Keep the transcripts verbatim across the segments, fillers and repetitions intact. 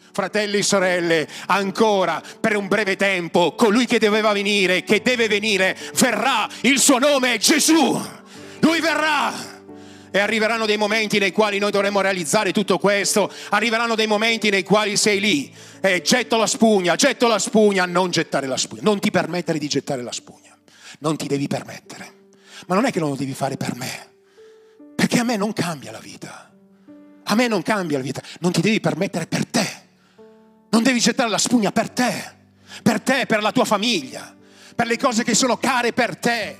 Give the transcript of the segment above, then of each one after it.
Fratelli e sorelle, ancora per un breve tempo, colui che doveva venire, che deve venire, verrà. Il suo nome è Gesù. Lui verrà. E arriveranno dei momenti nei quali noi dovremo realizzare tutto questo. Arriveranno dei momenti nei quali sei lì e getto la spugna, getto la spugna. Non gettare la spugna, non ti permettere di gettare la spugna. Non ti devi permettere. Ma non è che non lo devi fare per me, perché a me non cambia la vita. A me non cambia la vita. Non ti devi permettere per te. Non devi gettare la spugna per te. Per te, per la tua famiglia, per le cose che sono care per te.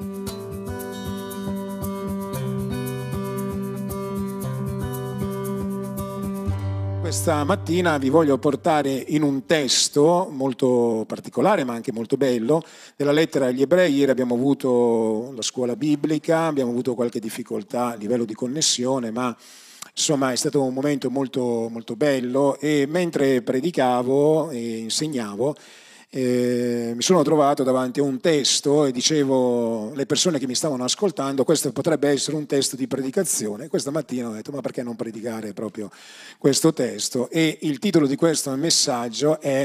Questa mattina vi voglio portare in un testo molto particolare ma anche molto bello della lettera agli ebrei. Ieri abbiamo avuto la scuola biblica, abbiamo avuto qualche difficoltà a livello di connessione, ma insomma è stato un momento molto, molto bello, e mentre predicavo e insegnavo Eh, mi sono trovato davanti a un testo e dicevo alle persone che mi stavano ascoltando: questo potrebbe essere un testo di predicazione. Questa mattina ho detto: ma perché non predicare proprio questo testo? E il titolo di questo messaggio è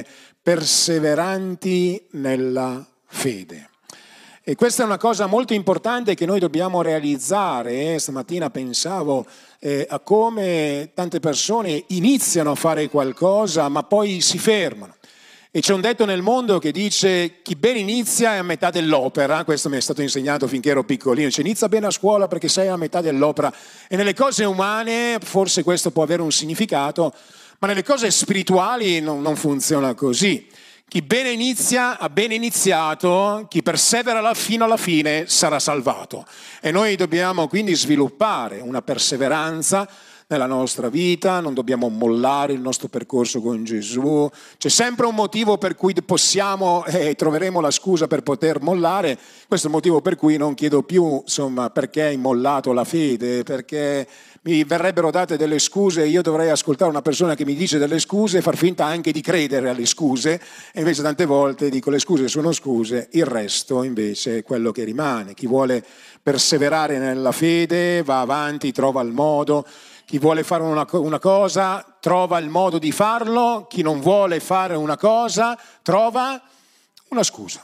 Perseveranti nella fede. E questa è una cosa molto importante che noi dobbiamo realizzare. Stamattina pensavo eh, a come tante persone iniziano a fare qualcosa ma poi si fermano. E c'è un detto nel mondo che dice: chi bene inizia è a metà dell'opera. Questo mi è stato insegnato finché ero piccolino. Cioè, inizia bene a scuola perché sei a metà dell'opera. E nelle cose umane forse questo può avere un significato, ma nelle cose spirituali non, non funziona così. Chi bene inizia ha bene iniziato, chi persevera fino alla fine sarà salvato. E noi dobbiamo quindi sviluppare una perseveranza nella nostra vita, non dobbiamo mollare il nostro percorso con Gesù. C'è sempre un motivo per cui possiamo e eh, troveremo la scusa per poter mollare. Questo è il motivo per cui non chiedo più, insomma, perché hai mollato la fede, perché mi verrebbero date delle scuse e io dovrei ascoltare una persona che mi dice delle scuse e far finta anche di credere alle scuse, e invece tante volte dico: le scuse sono scuse, il resto invece è quello che rimane. Chi vuole perseverare nella fede va avanti, trova il modo. Chi vuole fare una, una cosa trova il modo di farlo, chi non vuole fare una cosa trova una scusa.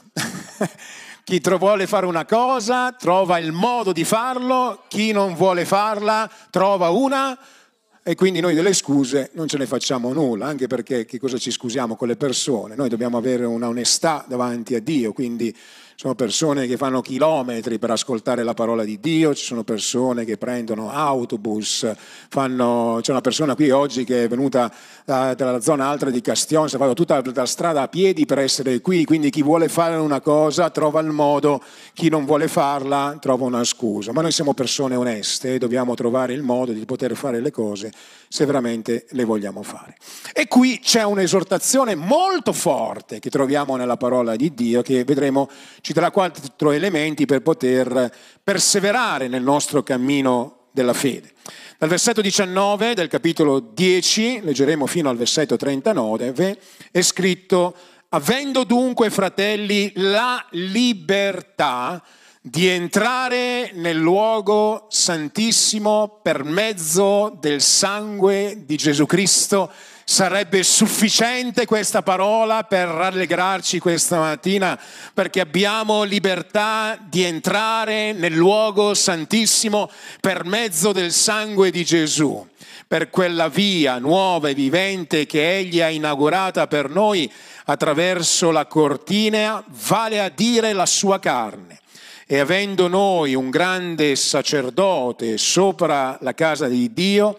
Chi tro- vuole fare una cosa trova il modo di farlo, chi non vuole farla trova una, e quindi noi delle scuse non ce ne facciamo nulla, anche perché che cosa ci scusiamo con le persone? Noi dobbiamo avere una onestà davanti a Dio, quindi sono persone che fanno chilometri per ascoltare la parola di Dio, ci sono persone che prendono autobus, fanno... c'è una persona qui oggi che è venuta da, dalla zona alta di Castion, si è fatto tutta la strada a piedi per essere qui, quindi chi vuole fare una cosa trova il modo, chi non vuole farla trova una scusa. Ma noi siamo persone oneste e dobbiamo trovare il modo di poter fare le cose se veramente le vogliamo fare. E qui c'è un'esortazione molto forte che troviamo nella parola di Dio, che vedremo ci darà quattro elementi per poter perseverare nel nostro cammino della fede. Dal versetto diciannove del capitolo dieci, leggeremo fino al versetto trentanove, è scritto: avendo dunque, fratelli, la libertà di entrare nel luogo santissimo per mezzo del sangue di Gesù Cristo. Sarebbe sufficiente questa parola per rallegrarci questa mattina, perché abbiamo libertà di entrare nel luogo santissimo per mezzo del sangue di Gesù, per quella via nuova e vivente che Egli ha inaugurata per noi attraverso la cortina, vale a dire la sua carne. E avendo noi un grande sacerdote sopra la casa di Dio,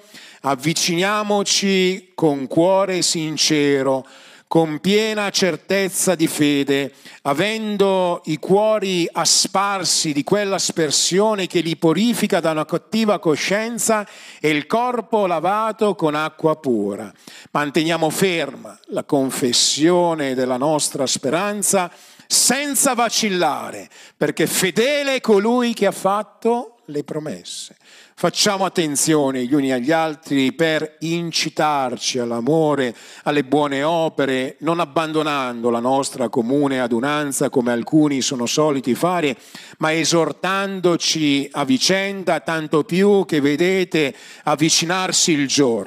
avviciniamoci con cuore sincero, con piena certezza di fede, avendo i cuori asparsi di quell'aspersione che li purifica da una cattiva coscienza e il corpo lavato con acqua pura. Manteniamo ferma la confessione della nostra speranza senza vacillare, perché fedele è colui che ha fatto le promesse. Facciamo attenzione gli uni agli altri per incitarci all'amore, alle buone opere, non abbandonando la nostra comune adunanza come alcuni sono soliti fare, ma esortandoci a vicenda, tanto più che vedete avvicinarsi il giorno.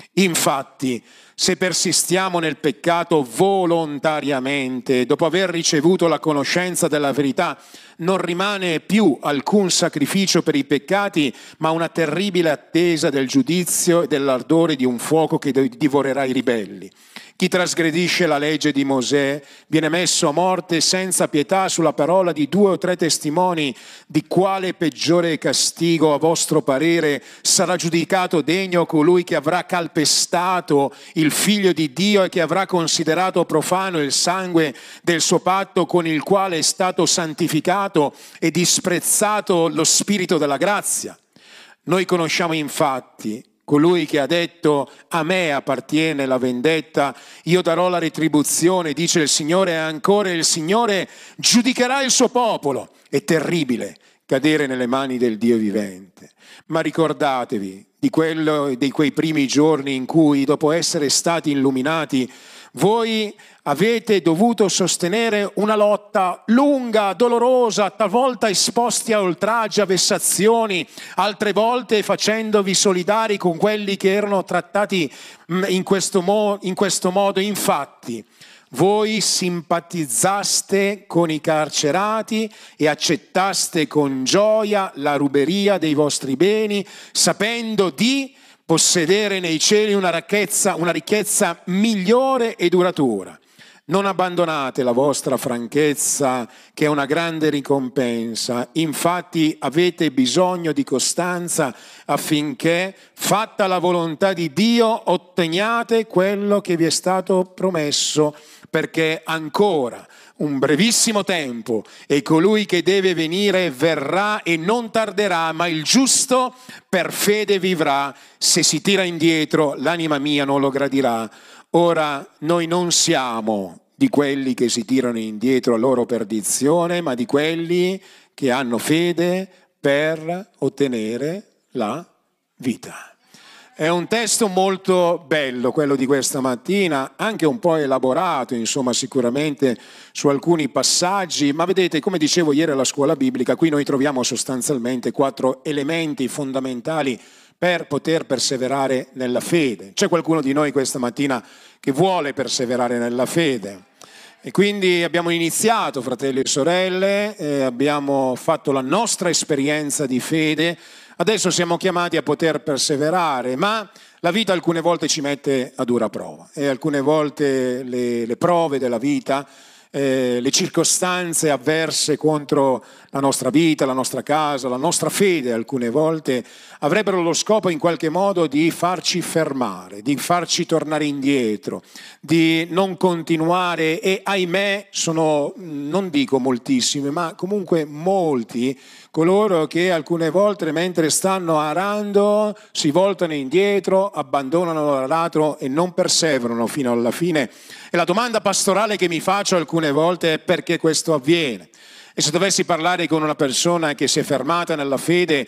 Infatti, se persistiamo nel peccato volontariamente, dopo aver ricevuto la conoscenza della verità, non rimane più alcun sacrificio per i peccati, ma una terribile attesa del giudizio e dell'ardore di un fuoco che divorerà i ribelli. Chi trasgredisce la legge di Mosè viene messo a morte senza pietà sulla parola di due o tre testimoni. Di quale peggiore castigo, a vostro parere, sarà giudicato degno colui che avrà calpestato il Figlio di Dio e che avrà considerato profano il sangue del suo patto con il quale è stato santificato e disprezzato lo Spirito della grazia? Noi conosciamo infatti colui che ha detto: a me appartiene la vendetta, io darò la retribuzione, dice il Signore, e ancora il Signore giudicherà il suo popolo. È terribile cadere nelle mani del Dio vivente. Ma ricordatevi di, quello, di quei primi giorni in cui, dopo essere stati illuminati, voi avete dovuto sostenere una lotta lunga, dolorosa, talvolta esposti a oltraggi, a vessazioni, altre volte facendovi solidari con quelli che erano trattati in questo, mo- in questo modo. Infatti, voi simpatizzaste con i carcerati e accettaste con gioia la ruberia dei vostri beni, sapendo di possedere nei cieli una ricchezza, una ricchezza migliore e duratura. Non abbandonate la vostra franchezza, che è una grande ricompensa. Infatti avete bisogno di costanza affinché, fatta la volontà di Dio, otteniate quello che vi è stato promesso, perché ancora un brevissimo tempo e colui che deve venire verrà e non tarderà, ma il giusto per fede vivrà. Se si tira indietro, l'anima mia non lo gradirà. Ora noi non siamo di quelli che si tirano indietro a loro perdizione, ma di quelli che hanno fede per ottenere la vita. È un testo molto bello quello di questa mattina, anche un po' elaborato, insomma, sicuramente su alcuni passaggi, ma vedete, come dicevo ieri alla scuola biblica, qui noi troviamo sostanzialmente quattro elementi fondamentali per poter perseverare nella fede. C'è qualcuno di noi questa mattina che vuole perseverare nella fede? E quindi abbiamo iniziato, fratelli e sorelle, eh, abbiamo fatto la nostra esperienza di fede, adesso siamo chiamati a poter perseverare, ma la vita alcune volte ci mette a dura prova e alcune volte le, le prove della vita, eh, le circostanze avverse contro la nostra vita, la nostra casa, la nostra fede alcune volte avrebbero lo scopo in qualche modo di farci fermare, di farci tornare indietro, di non continuare e ahimè sono, non dico moltissimi, ma comunque molti coloro che alcune volte mentre stanno arando si voltano indietro, abbandonano l'aratro e non perseverano fino alla fine. E la domanda pastorale che mi faccio alcune volte è: perché questo avviene? E se dovessi parlare con una persona che si è fermata nella fede,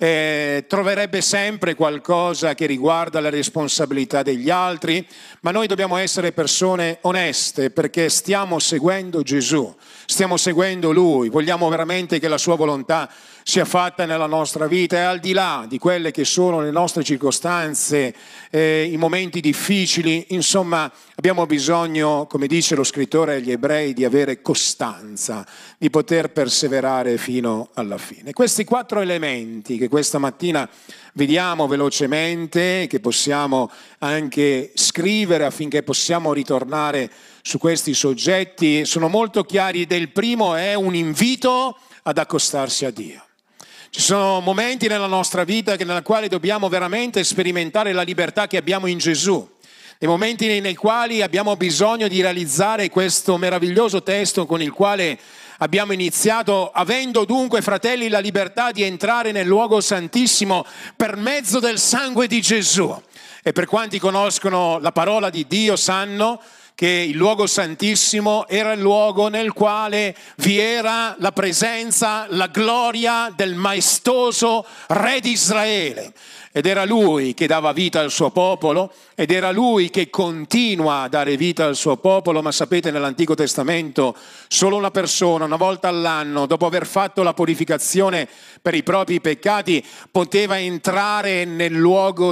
eh, troverebbe sempre qualcosa che riguarda la responsabilità degli altri, ma noi dobbiamo essere persone oneste perché stiamo seguendo Gesù, stiamo seguendo Lui, vogliamo veramente che la Sua volontà sia fatta nella nostra vita e al di là di quelle che sono le nostre circostanze, eh, i momenti difficili, insomma abbiamo bisogno, come dice lo scrittore agli Ebrei, di avere costanza, di poter perseverare fino alla fine. Questi quattro elementi che questa mattina vediamo velocemente, che possiamo anche scrivere affinché possiamo ritornare su questi soggetti, sono molto chiari ed il primo è un invito ad accostarsi a Dio. Ci sono momenti nella nostra vita nella quale dobbiamo veramente sperimentare la libertà che abbiamo in Gesù, nei momenti nei quali abbiamo bisogno di realizzare questo meraviglioso testo con il quale abbiamo iniziato, avendo dunque, fratelli, la libertà di entrare nel luogo santissimo per mezzo del sangue di Gesù. E per quanti conoscono la parola di Dio sanno che il luogo santissimo era il luogo nel quale vi era la presenza, la gloria del maestoso Re di Israele. ed era Lui che dava vita al suo popolo, ed era Lui che continua a dare vita al suo popolo. Ma sapete, nell'Antico Testamento solo una persona, una volta all'anno, dopo aver fatto la purificazione per i propri peccati, poteva entrare nel luogo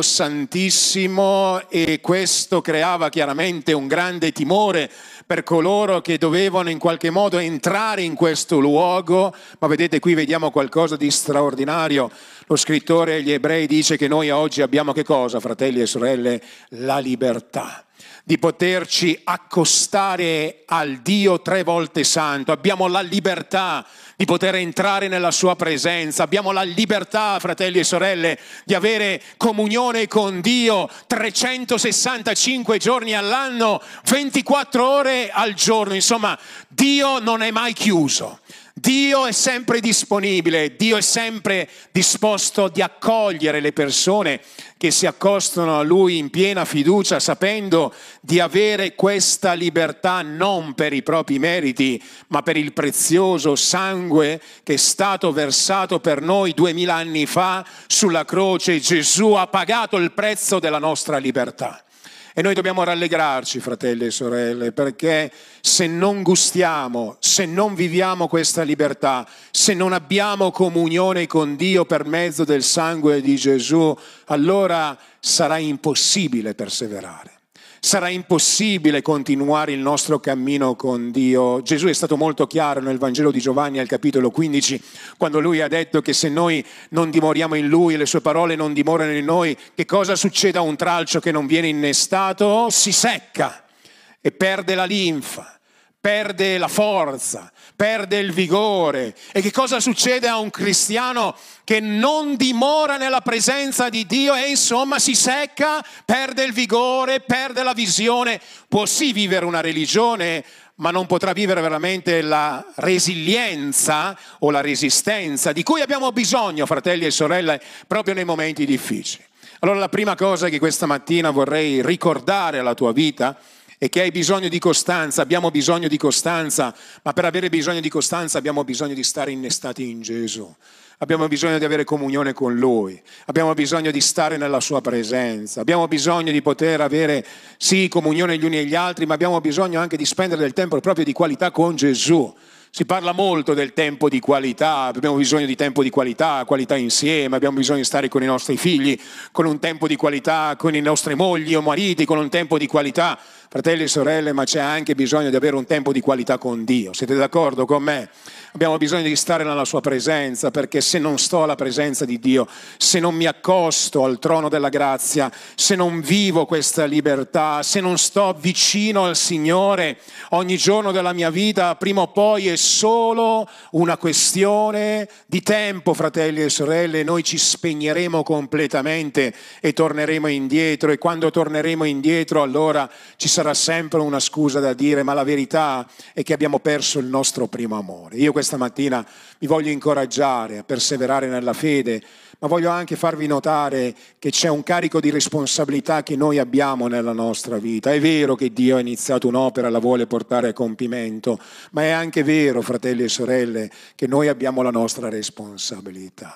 santissimo, e questo creava chiaramente un grande timore per coloro che dovevano in qualche modo entrare in questo luogo. Ma vedete, qui vediamo qualcosa di straordinario. Lo scrittore agli Ebrei dice che noi oggi abbiamo che cosa, fratelli e sorelle? La libertà di poterci accostare al Dio tre volte santo. Abbiamo la libertà di poter entrare nella sua presenza. Abbiamo la libertà, fratelli e sorelle, di avere comunione con Dio trecentosessantacinque giorni all'anno, ventiquattro ore al giorno. Insomma, Dio non è mai chiuso. Dio è sempre disponibile, Dio è sempre disposto di accogliere le persone che si accostano a Lui in piena fiducia, sapendo di avere questa libertà non per i propri meriti, ma per il prezioso sangue che è stato versato per noi duemila anni fa sulla croce. Gesù ha pagato il prezzo della nostra libertà. E noi dobbiamo rallegrarci, fratelli e sorelle, perché se non gustiamo, se non viviamo questa libertà, se non abbiamo comunione con Dio per mezzo del sangue di Gesù, allora sarà impossibile perseverare. Sarà impossibile continuare il nostro cammino con Dio. Gesù è stato molto chiaro nel Vangelo di Giovanni al capitolo quindici, quando Lui ha detto che se noi non dimoriamo in Lui, le sue parole non dimorano in noi, che cosa succede a un tralcio che non viene innestato? Si secca e perde la linfa, perde la forza, perde il vigore. E che cosa succede a un cristiano che non dimora nella presenza di Dio? E insomma si secca, perde il vigore, perde la visione. Può sì vivere una religione, ma non potrà vivere veramente la resilienza o la resistenza di cui abbiamo bisogno, fratelli e sorelle, proprio nei momenti difficili. Allora la prima cosa che questa mattina vorrei ricordare alla tua vita e che hai bisogno di costanza. Abbiamo bisogno di costanza, ma per avere bisogno di costanza abbiamo bisogno di stare innestati in Gesù. Abbiamo bisogno di avere comunione con Lui, abbiamo bisogno di stare nella Sua presenza, abbiamo bisogno di poter avere, sì, comunione gli uni e gli altri, ma abbiamo bisogno anche di spendere del tempo proprio di qualità con Gesù. Si parla molto del tempo di qualità, abbiamo bisogno di tempo di qualità, qualità insieme, abbiamo bisogno di stare con i nostri figli, con un tempo di qualità, con i nostri mogli o mariti, con un tempo di qualità. Fratelli e sorelle, ma c'è anche bisogno di avere un tempo di qualità con Dio. Siete d'accordo con me? Abbiamo bisogno di stare nella Sua presenza, perché se non sto alla presenza di Dio, se non mi accosto al trono della grazia, se non vivo questa libertà, se non sto vicino al Signore ogni giorno della mia vita, prima o poi è solo una questione di tempo, fratelli e sorelle. Noi ci spegneremo completamente e torneremo indietro, e quando torneremo indietro allora ci sarà sempre una scusa da dire: ma la verità è che abbiamo perso il nostro primo amore. Io questa mattina vi voglio incoraggiare a perseverare nella fede, ma voglio anche farvi notare che c'è un carico di responsabilità che noi abbiamo nella nostra vita. È vero che Dio ha iniziato un'opera, la vuole portare a compimento, ma è anche vero, fratelli e sorelle, che noi abbiamo la nostra responsabilità.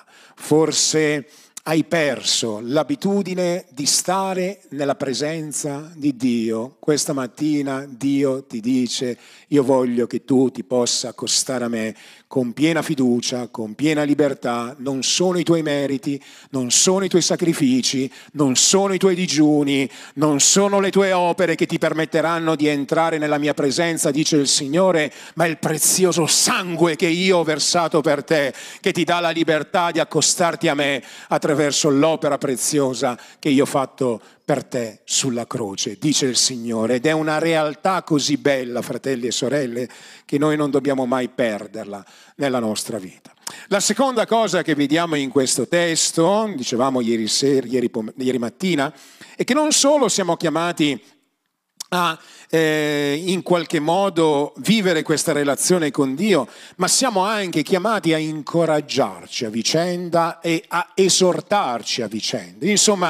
Forse hai perso l'abitudine di stare nella presenza di Dio. Questa mattina Dio ti dice: io voglio che tu ti possa accostare a me con piena fiducia, con piena libertà. Non sono i tuoi meriti, non sono i tuoi sacrifici, non sono i tuoi digiuni, non sono le tue opere che ti permetteranno di entrare nella mia presenza, dice il Signore, ma è il prezioso sangue che io ho versato per te, che ti dà la libertà di accostarti a me attraverso l'opera preziosa che io ho fatto per te sulla croce, dice il Signore. Ed è una realtà così bella, fratelli e sorelle, che noi non dobbiamo mai perderla nella nostra vita. La seconda cosa che vediamo in questo testo, dicevamo ieri sera, ieri, ieri mattina, è che non solo siamo chiamati a eh, in qualche modo vivere questa relazione con Dio, ma siamo anche chiamati a incoraggiarci a vicenda e a esortarci a vicenda. Insomma,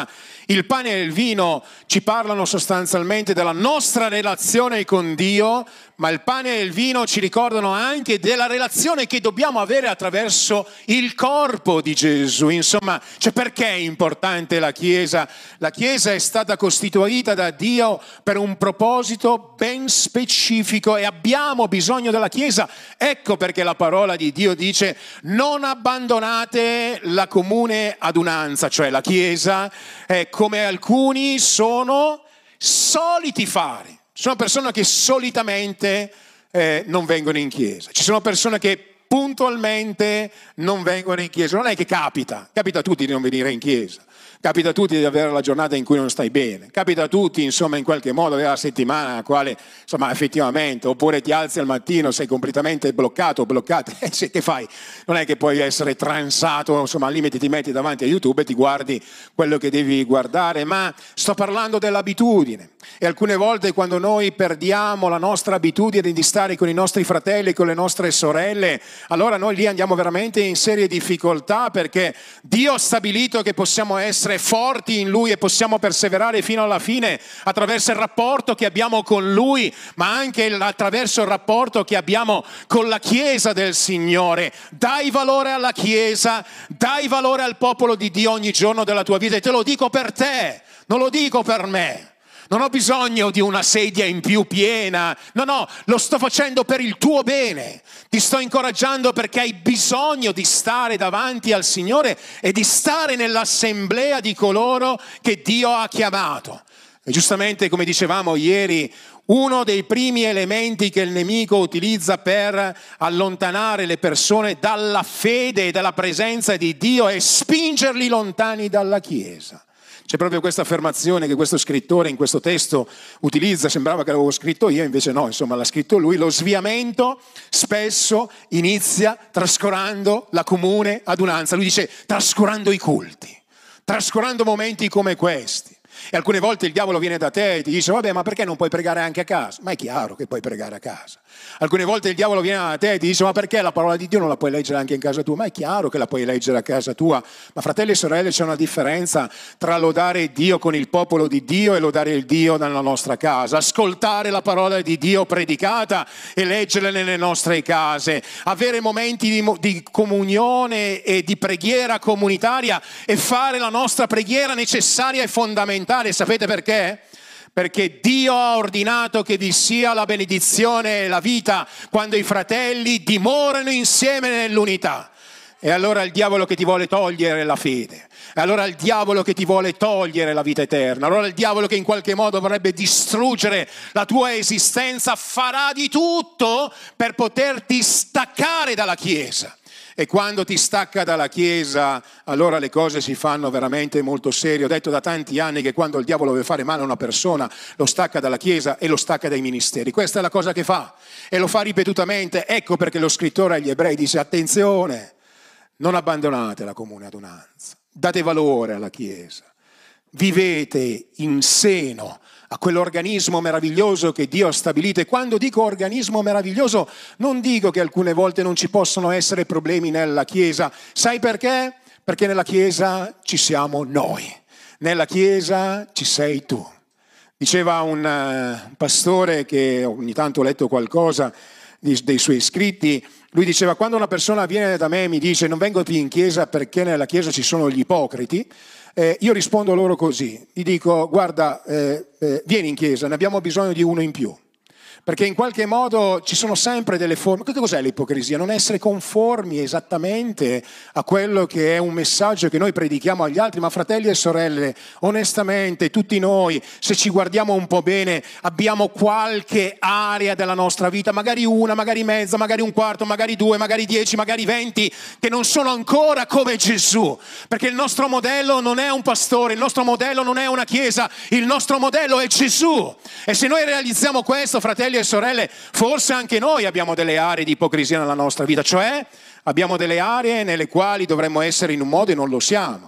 Il pane e il vino ci parlano sostanzialmente della nostra relazione con Dio, ma il pane e il vino ci ricordano anche della relazione che dobbiamo avere attraverso il corpo di Gesù. Insomma, cioè perché è importante la Chiesa? La Chiesa è stata costituita da Dio per un proposito ben specifico e abbiamo bisogno della Chiesa. Ecco perché la parola di Dio dice: non abbandonate la comune adunanza, cioè la Chiesa, eh, come alcuni sono soliti fare. Ci sono persone che solitamente eh, non vengono in chiesa, ci sono persone che puntualmente non vengono in chiesa. Non è che capita, capita a tutti di non venire in chiesa, capita a tutti di avere la giornata in cui non stai bene, capita a tutti insomma in qualche modo avere la settimana nella quale insomma effettivamente, oppure ti alzi al mattino, sei completamente bloccato o bloccata, e eh, che fai? Non è che puoi essere transato, insomma al limite ti metti davanti a YouTube e ti guardi quello che devi guardare, ma sto parlando dell'abitudine. E alcune volte quando noi perdiamo la nostra abitudine di stare con i nostri fratelli, con le nostre sorelle, allora noi lì andiamo veramente in serie difficoltà, perché Dio ha stabilito che possiamo essere forti in Lui e possiamo perseverare fino alla fine attraverso il rapporto che abbiamo con Lui, ma anche attraverso il rapporto che abbiamo con la Chiesa del Signore. Dai valore alla Chiesa, dai valore al popolo di Dio ogni giorno della tua vita, e te lo dico per te, non lo dico per me. Non ho bisogno di una sedia in più piena, no, no, lo sto facendo per il tuo bene. Ti sto incoraggiando perché hai bisogno di stare davanti al Signore e di stare nell'assemblea di coloro che Dio ha chiamato. E giustamente, come dicevamo ieri, uno dei primi elementi che il nemico utilizza per allontanare le persone dalla fede e dalla presenza di Dio è spingerli lontani dalla Chiesa. C'è proprio questa affermazione che questo scrittore in questo testo utilizza, sembrava che l'avevo scritto io, invece no, insomma l'ha scritto lui: lo sviamento spesso inizia trascurando la comune adunanza. Lui dice trascurando i culti, trascurando momenti come questi. E alcune volte il diavolo viene da te e ti dice: vabbè, ma perché non puoi pregare anche a casa? Ma è chiaro che puoi pregare a casa. Alcune volte il diavolo viene da te e ti dice: ma perché la parola di Dio non la puoi leggere anche in casa tua? Ma è chiaro che la puoi leggere a casa tua. Ma fratelli e sorelle, c'è una differenza tra lodare Dio con il popolo di Dio e lodare il Dio nella nostra casa. Ascoltare la parola di Dio predicata e leggerla nelle nostre case, avere momenti di, di comunione e di preghiera comunitaria e fare la nostra preghiera necessaria e fondamentale. Sapete perché? Perché Dio ha ordinato che vi sia la benedizione e la vita quando i fratelli dimorano insieme nell'unità. E allora il diavolo che ti vuole togliere la fede, e allora il diavolo che ti vuole togliere la vita eterna, allora il diavolo che in qualche modo vorrebbe distruggere la tua esistenza farà di tutto per poterti staccare dalla Chiesa. E quando ti stacca dalla Chiesa, allora le cose si fanno veramente molto serie. Ho detto da tanti anni che quando il diavolo vuole fare male a una persona, lo stacca dalla Chiesa e lo stacca dai ministeri. Questa è la cosa che fa, e lo fa ripetutamente. Ecco perché lo scrittore agli ebrei dice: attenzione, non abbandonate la comune adunanza, date valore alla Chiesa, vivete in seno a quell'organismo meraviglioso che Dio ha stabilito. E quando dico organismo meraviglioso non dico che alcune volte non ci possono essere problemi nella Chiesa. Sai perché? Perché nella Chiesa ci siamo noi, nella Chiesa ci sei tu. Diceva un uh, pastore che ogni tanto ho letto qualcosa di, dei suoi scritti. Lui diceva: quando una persona viene da me e mi dice non vengo più in chiesa perché nella chiesa ci sono gli ipocriti, eh, io rispondo loro così, gli dico: guarda, eh, eh, vieni in chiesa, ne abbiamo bisogno di uno in più. Perché in qualche modo ci sono sempre delle forme. Che cos'è l'ipocrisia? Non essere conformi esattamente a quello che è un messaggio che noi predichiamo agli altri. Ma fratelli e sorelle, onestamente tutti noi, se ci guardiamo un po' bene, abbiamo qualche area della nostra vita, magari una, magari mezza, magari un quarto, magari due, magari dieci, magari venti, che non sono ancora come Gesù. Perché il nostro modello non è un pastore, il nostro modello non è una chiesa, il nostro modello è Gesù. E se noi realizziamo questo, fratelli e sorelle, forse anche noi abbiamo delle aree di ipocrisia nella nostra vita, cioè abbiamo delle aree nelle quali dovremmo essere in un modo e non lo siamo.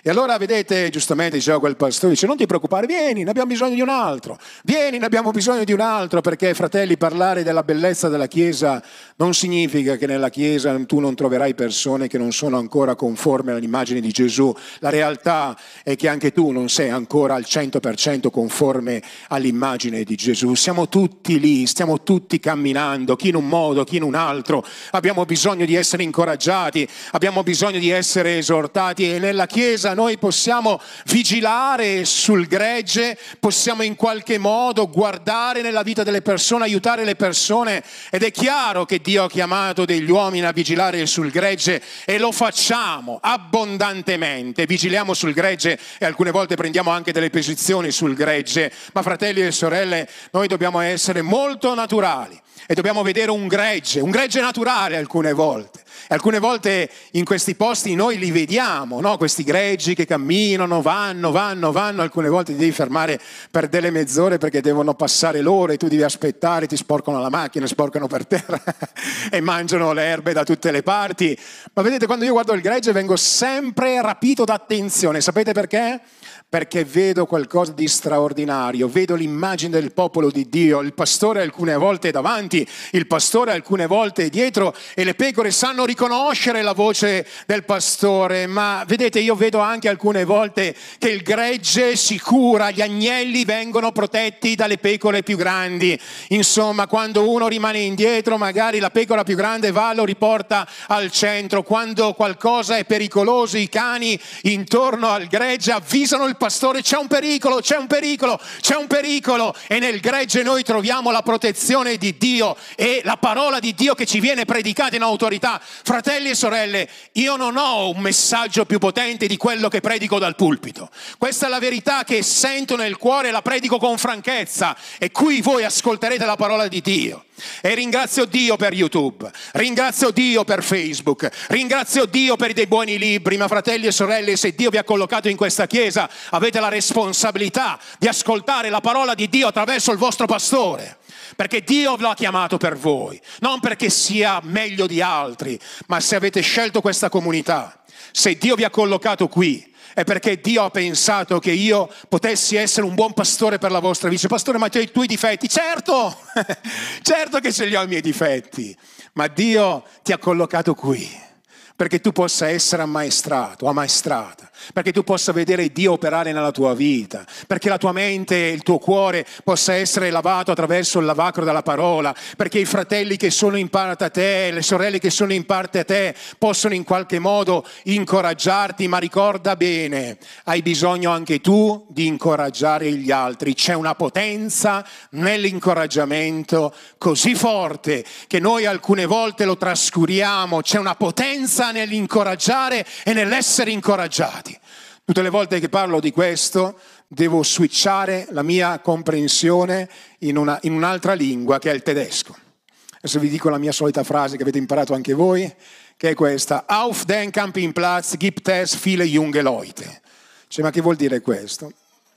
E allora vedete, giustamente diceva quel pastore, dice non ti preoccupare, vieni, ne abbiamo bisogno di un altro, vieni, ne abbiamo bisogno di un altro, perché fratelli, parlare della bellezza della Chiesa non significa che nella Chiesa tu non troverai persone che non sono ancora conformi all'immagine di Gesù. La realtà è che anche tu non sei ancora al cento per cento conforme all'immagine di Gesù. Siamo tutti lì, stiamo tutti camminando, chi in un modo, chi in un altro. Abbiamo bisogno di essere incoraggiati, abbiamo bisogno di essere esortati, e nella Chiesa noi possiamo vigilare sul gregge, possiamo in qualche modo guardare nella vita delle persone, aiutare le persone, ed è chiaro che Dio ha chiamato degli uomini a vigilare sul gregge e lo facciamo abbondantemente, vigiliamo sul gregge e alcune volte prendiamo anche delle posizioni sul gregge, ma fratelli e sorelle, noi dobbiamo essere molto naturali e dobbiamo vedere un gregge, un gregge naturale alcune volte. E alcune volte in questi posti noi li vediamo, no? Questi greggi che camminano, vanno, vanno, vanno, alcune volte ti devi fermare per delle mezz'ore perché devono passare l'ora e tu devi aspettare, ti sporcano la macchina, sporcano per terra e mangiano le erbe da tutte le parti. Ma vedete, quando io guardo il gregge vengo sempre rapito d'attenzione, sapete perché? Perché vedo qualcosa di straordinario, vedo l'immagine del popolo di Dio, il pastore alcune volte è davanti, il pastore alcune volte è dietro e le pecore sanno riconoscere la voce del pastore, ma vedete, io vedo anche alcune volte che il gregge si cura, gli agnelli vengono protetti dalle pecore più grandi, insomma quando uno rimane indietro magari la pecora più grande va, lo riporta al centro, quando qualcosa è pericoloso i cani intorno al gregge avvisano il pastore c'è un pericolo, c'è un pericolo, c'è un pericolo, e nel gregge noi troviamo la protezione di Dio e la parola di Dio che ci viene predicata in autorità. Fratelli e sorelle, io non ho un messaggio più potente di quello che predico dal pulpito. Questa è la verità che sento nel cuore e la predico con franchezza, e qui voi ascolterete la parola di Dio. E ringrazio Dio per YouTube, ringrazio Dio per Facebook, ringrazio Dio per dei buoni libri, ma fratelli e sorelle, se Dio vi ha collocato in questa chiesa, avete la responsabilità di ascoltare la parola di Dio attraverso il vostro pastore, perché Dio lo ha chiamato per voi, non perché sia meglio di altri, ma se avete scelto questa comunità, se Dio vi ha collocato qui, è perché Dio ha pensato che io potessi essere un buon pastore per la vostra vita. Pastore, ma c'hai i tuoi difetti? Certo, certo che ce li ho i miei difetti, ma Dio ti ha collocato qui perché tu possa essere ammaestrato, ammaestrata, perché tu possa vedere Dio operare nella tua vita, perché la tua mente e il tuo cuore possa essere lavato attraverso il lavacro della parola, perché i fratelli che sono in parte a te, le sorelle che sono in parte a te, possono in qualche modo incoraggiarti, ma ricorda bene, hai bisogno anche tu di incoraggiare gli altri. C'è una potenza nell'incoraggiamento così forte che noi alcune volte lo trascuriamo, c'è una potenza nell'incoraggiare e nell'essere incoraggiati. Tutte le volte che parlo di questo devo switchare la mia comprensione in, una, in un'altra lingua, che è il tedesco. Adesso vi dico la mia solita frase che avete imparato anche voi, che è questa: Auf den Campingplatz gibt es viele junge Leute. Cioè, ma che vuol dire questo?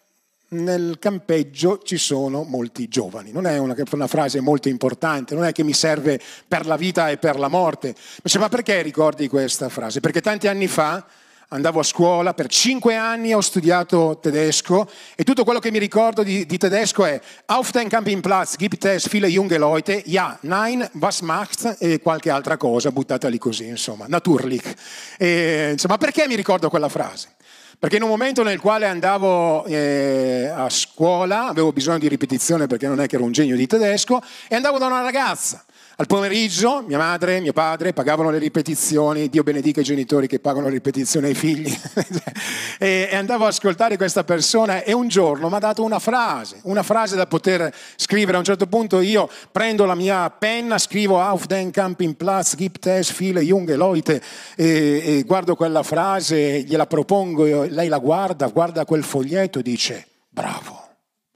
Nel campeggio ci sono molti giovani. Non è una, una frase molto importante, non è che mi serve per la vita e per la morte. Ma perché ricordi questa frase? Perché tanti anni fa andavo a scuola, per cinque anni ho studiato tedesco e tutto quello che mi ricordo di, di tedesco è Auf den Campingplatz gibt es viele junge Leute, ja, nein, was macht, e qualche altra cosa buttata lì così, insomma, natürlich. E, insomma, perché mi ricordo quella frase? Perché in un momento nel quale andavo eh, a scuola, avevo bisogno di ripetizione perché non è che ero un genio di tedesco, e andavo da una ragazza. Al pomeriggio mia madre, mio padre pagavano le ripetizioni, Dio benedica i genitori che pagano le ripetizioni ai figli, e, e andavo ad ascoltare questa persona, e un giorno mi ha dato una frase, una frase da poter scrivere. A un certo punto io prendo la mia penna, scrivo Auf den Campingplatz gibt es viele junge Leute, e, e guardo quella frase, gliela propongo, lei la guarda, guarda quel foglietto e dice bravo.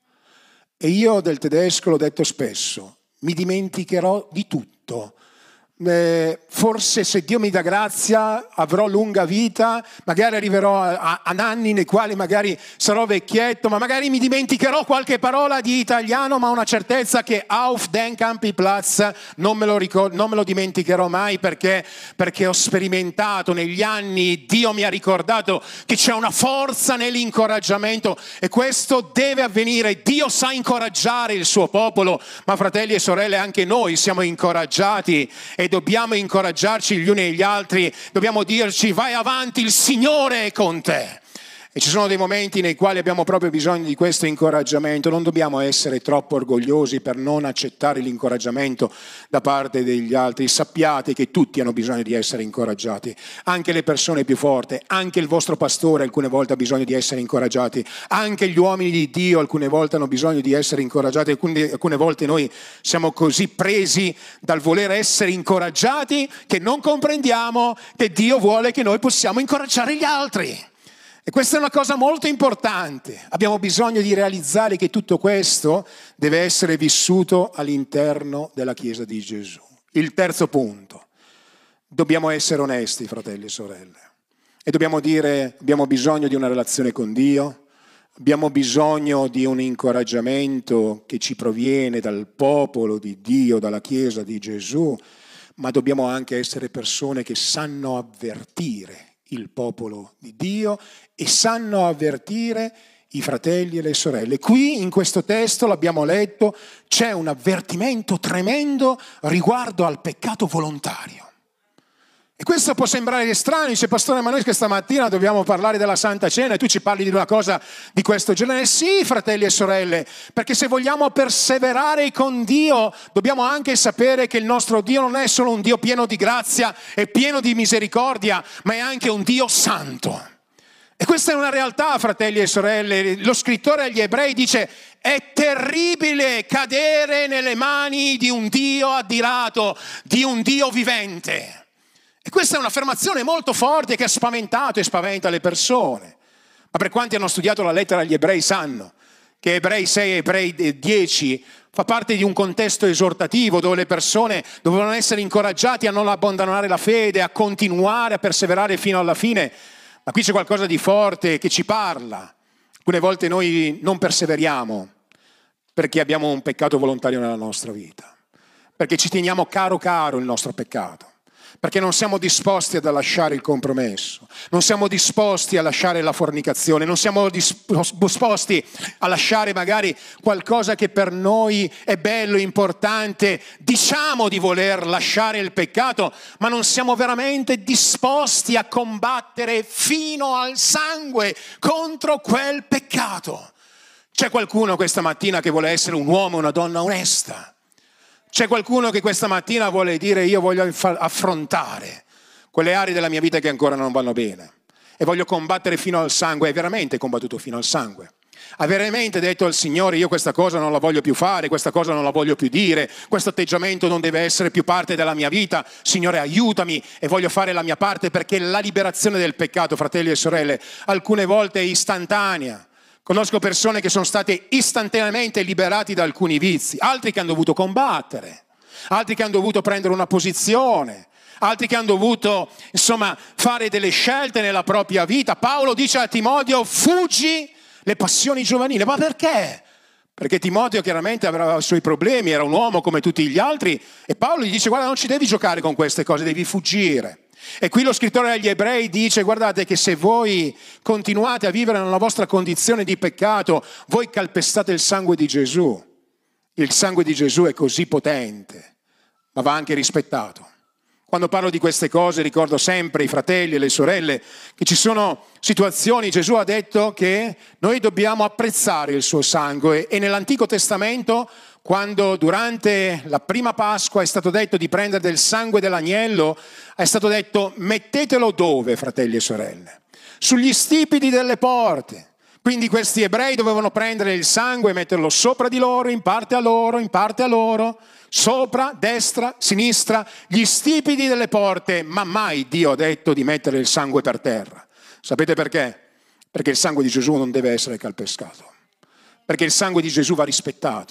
E io del tedesco l'ho detto spesso, mi dimenticherò di tutto, Eh, forse se Dio mi dà grazia avrò lunga vita, magari arriverò a, a anni nei quali magari sarò vecchietto, ma magari mi dimenticherò qualche parola di italiano, ma ho una certezza che Auf den Campingplatz non me lo, ricor- non me lo dimenticherò mai, perché, perché ho sperimentato negli anni, Dio mi ha ricordato che c'è una forza nell'incoraggiamento e questo deve avvenire. Dio sa incoraggiare il suo popolo, ma fratelli e sorelle, anche noi siamo incoraggiati e dobbiamo incoraggiarci gli uni e gli altri, dobbiamo dirci vai avanti, il Signore è con te. E ci sono dei momenti nei quali abbiamo proprio bisogno di questo incoraggiamento. Non dobbiamo essere troppo orgogliosi per non accettare l'incoraggiamento da parte degli altri. Sappiate che tutti hanno bisogno di essere incoraggiati, anche le persone più forti, anche il vostro pastore alcune volte ha bisogno di essere incoraggiati, anche gli uomini di Dio alcune volte hanno bisogno di essere incoraggiati. Alcune, alcune volte noi siamo così presi dal voler essere incoraggiati che non comprendiamo che Dio vuole che noi possiamo incoraggiare gli altri. E questa è una cosa molto importante. Abbiamo bisogno di realizzare che tutto questo deve essere vissuto all'interno della Chiesa di Gesù. Il terzo punto. Dobbiamo essere onesti, fratelli e sorelle. E dobbiamo dire, abbiamo bisogno di una relazione con Dio, abbiamo bisogno di un incoraggiamento che ci proviene dal popolo di Dio, dalla Chiesa di Gesù, ma dobbiamo anche essere persone che sanno avvertire il popolo di Dio e sanno avvertire i fratelli e le sorelle. Qui in questo testo, l'abbiamo letto, c'è un avvertimento tremendo riguardo al peccato volontario. E questo può sembrare strano, dice pastore, ma noi questa mattina dobbiamo parlare della Santa Cena e tu ci parli di una cosa di questo genere. Sì, fratelli e sorelle, perché se vogliamo perseverare con Dio dobbiamo anche sapere che il nostro Dio non è solo un Dio pieno di grazia e pieno di misericordia, ma è anche un Dio santo. E questa è una realtà, fratelli e sorelle. Lo scrittore agli Ebrei dice: è terribile cadere nelle mani di un Dio addirato, di un Dio vivente. E questa è un'affermazione molto forte che ha spaventato e spaventa le persone. Ma per quanti hanno studiato la lettera agli Ebrei sanno che Ebrei sei e Ebrei dieci fa parte di un contesto esortativo dove le persone dovevano essere incoraggiate a non abbandonare la fede, a continuare, a perseverare fino alla fine. Ma qui c'è qualcosa di forte che ci parla. Alcune volte noi non perseveriamo perché abbiamo un peccato volontario nella nostra vita, perché ci teniamo caro caro il nostro peccato, perché non siamo disposti a lasciare il compromesso, non siamo disposti a lasciare la fornicazione, non siamo disposti a lasciare magari qualcosa che per noi è bello, importante. Diciamo di voler lasciare il peccato, ma non siamo veramente disposti a combattere fino al sangue contro quel peccato. C'è qualcuno questa mattina che vuole essere un uomo o una donna onesta? C'è qualcuno che questa mattina vuole dire: io voglio affrontare quelle aree della mia vita che ancora non vanno bene e voglio combattere fino al sangue. Hai veramente combattuto fino al sangue? Hai veramente detto al Signore: io questa cosa non la voglio più fare, questa cosa non la voglio più dire, questo atteggiamento non deve essere più parte della mia vita, Signore aiutami e voglio fare la mia parte? Perché la liberazione del peccato, fratelli e sorelle, alcune volte è istantanea. Conosco persone che sono state istantaneamente liberati da alcuni vizi, altri che hanno dovuto combattere, altri che hanno dovuto prendere una posizione, altri che hanno dovuto, insomma, fare delle scelte nella propria vita. Paolo dice a Timoteo: fuggi le passioni giovanili. Ma perché? Perché Timoteo chiaramente aveva i suoi problemi, era un uomo come tutti gli altri, e Paolo gli dice: guarda, non ci devi giocare con queste cose, devi fuggire. E qui lo scrittore agli Ebrei dice: guardate che se voi continuate a vivere nella vostra condizione di peccato, voi calpestate il sangue di Gesù. Il sangue di Gesù è così potente, ma va anche rispettato. Quando parlo di queste cose ricordo sempre i fratelli e le sorelle che ci sono situazioni. Gesù ha detto che noi dobbiamo apprezzare il suo sangue, e nell'Antico Testamento, quando durante la prima Pasqua è stato detto di prendere del sangue dell'agnello, è stato detto: mettetelo dove, fratelli e sorelle? Sugli stipiti delle porte. Quindi questi ebrei dovevano prendere il sangue e metterlo sopra di loro, in parte a loro, in parte a loro, sopra, destra, sinistra, gli stipiti delle porte. Ma mai Dio ha detto di mettere il sangue per terra. Sapete perché? Perché il sangue di Gesù non deve essere calpestato, perché il sangue di Gesù va rispettato.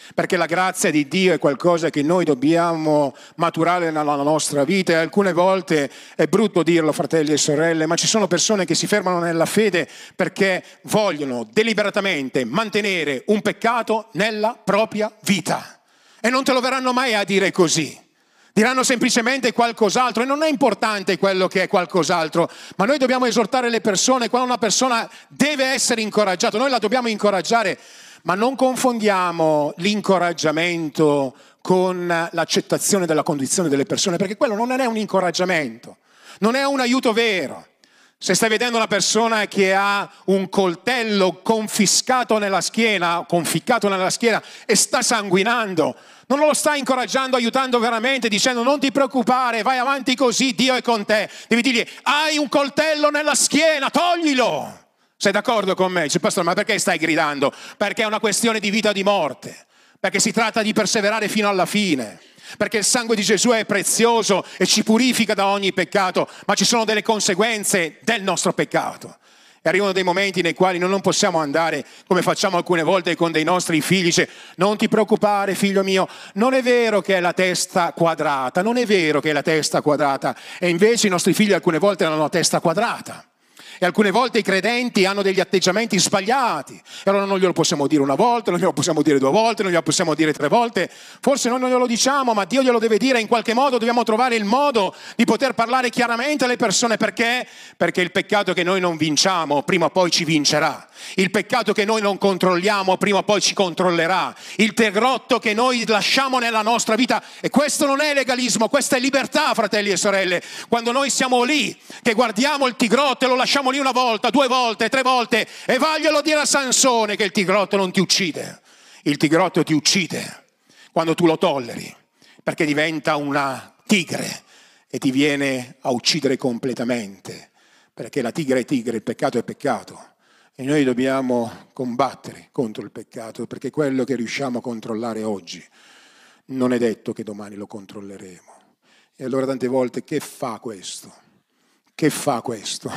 perché la grazia di Dio è qualcosa che noi dobbiamo maturare nella nostra vita, e alcune volte è brutto dirlo, fratelli e sorelle, ma ci sono persone che si fermano nella fede perché vogliono deliberatamente mantenere un peccato nella propria vita, e non te lo verranno mai a dire così. Diranno semplicemente qualcos'altro, e non è importante quello che è qualcos'altro, ma noi dobbiamo esortare le persone. Quando una persona deve essere incoraggiata, noi la dobbiamo incoraggiare, ma non confondiamo l'incoraggiamento con l'accettazione della condizione delle persone, perché quello non è un incoraggiamento, non è un aiuto vero. Se stai vedendo una persona che ha un coltello confiscato nella schiena, conficcato nella schiena e sta sanguinando, non lo stai incoraggiando, aiutando veramente, dicendo non ti preoccupare, vai avanti così, Dio è con te. Devi dirgli: hai un coltello nella schiena, toglilo. Sei d'accordo con me? Dice: pastore, ma perché stai gridando? Perché è una questione di vita o di morte, perché si tratta di perseverare fino alla fine, perché il sangue di Gesù è prezioso e ci purifica da ogni peccato, ma ci sono delle conseguenze del nostro peccato. E arrivano dei momenti nei quali noi non possiamo andare come facciamo alcune volte con dei nostri figli, dice: non ti preoccupare figlio mio, non è vero che è la testa quadrata, non è vero che è la testa quadrata, e invece i nostri figli alcune volte hanno la testa quadrata. E alcune volte i credenti hanno degli atteggiamenti sbagliati, e allora non glielo possiamo dire una volta, non glielo possiamo dire due volte, non glielo possiamo dire tre volte, forse noi non glielo diciamo, ma Dio glielo deve dire. In qualche modo dobbiamo trovare il modo di poter parlare chiaramente alle persone. Perché? Perché il peccato che noi non vinciamo prima o poi ci vincerà, il peccato che noi non controlliamo prima o poi ci controllerà, il tegrotto che noi lasciamo nella nostra vita. E questo non è legalismo, questa è libertà, fratelli e sorelle. Quando noi siamo lì che guardiamo il tigrotto e lo lasciamo lì una volta, due volte, tre volte, e vaglielo dire a Sansone che il tigrotto non ti uccide. Il tigrotto ti uccide quando tu lo tolleri, perché diventa una tigre e ti viene a uccidere completamente, perché la tigre è tigre, il peccato è peccato, e noi dobbiamo combattere contro il peccato, perché quello che riusciamo a controllare oggi non è detto che domani lo controlleremo. E allora tante volte che fa questo? Che fa questo?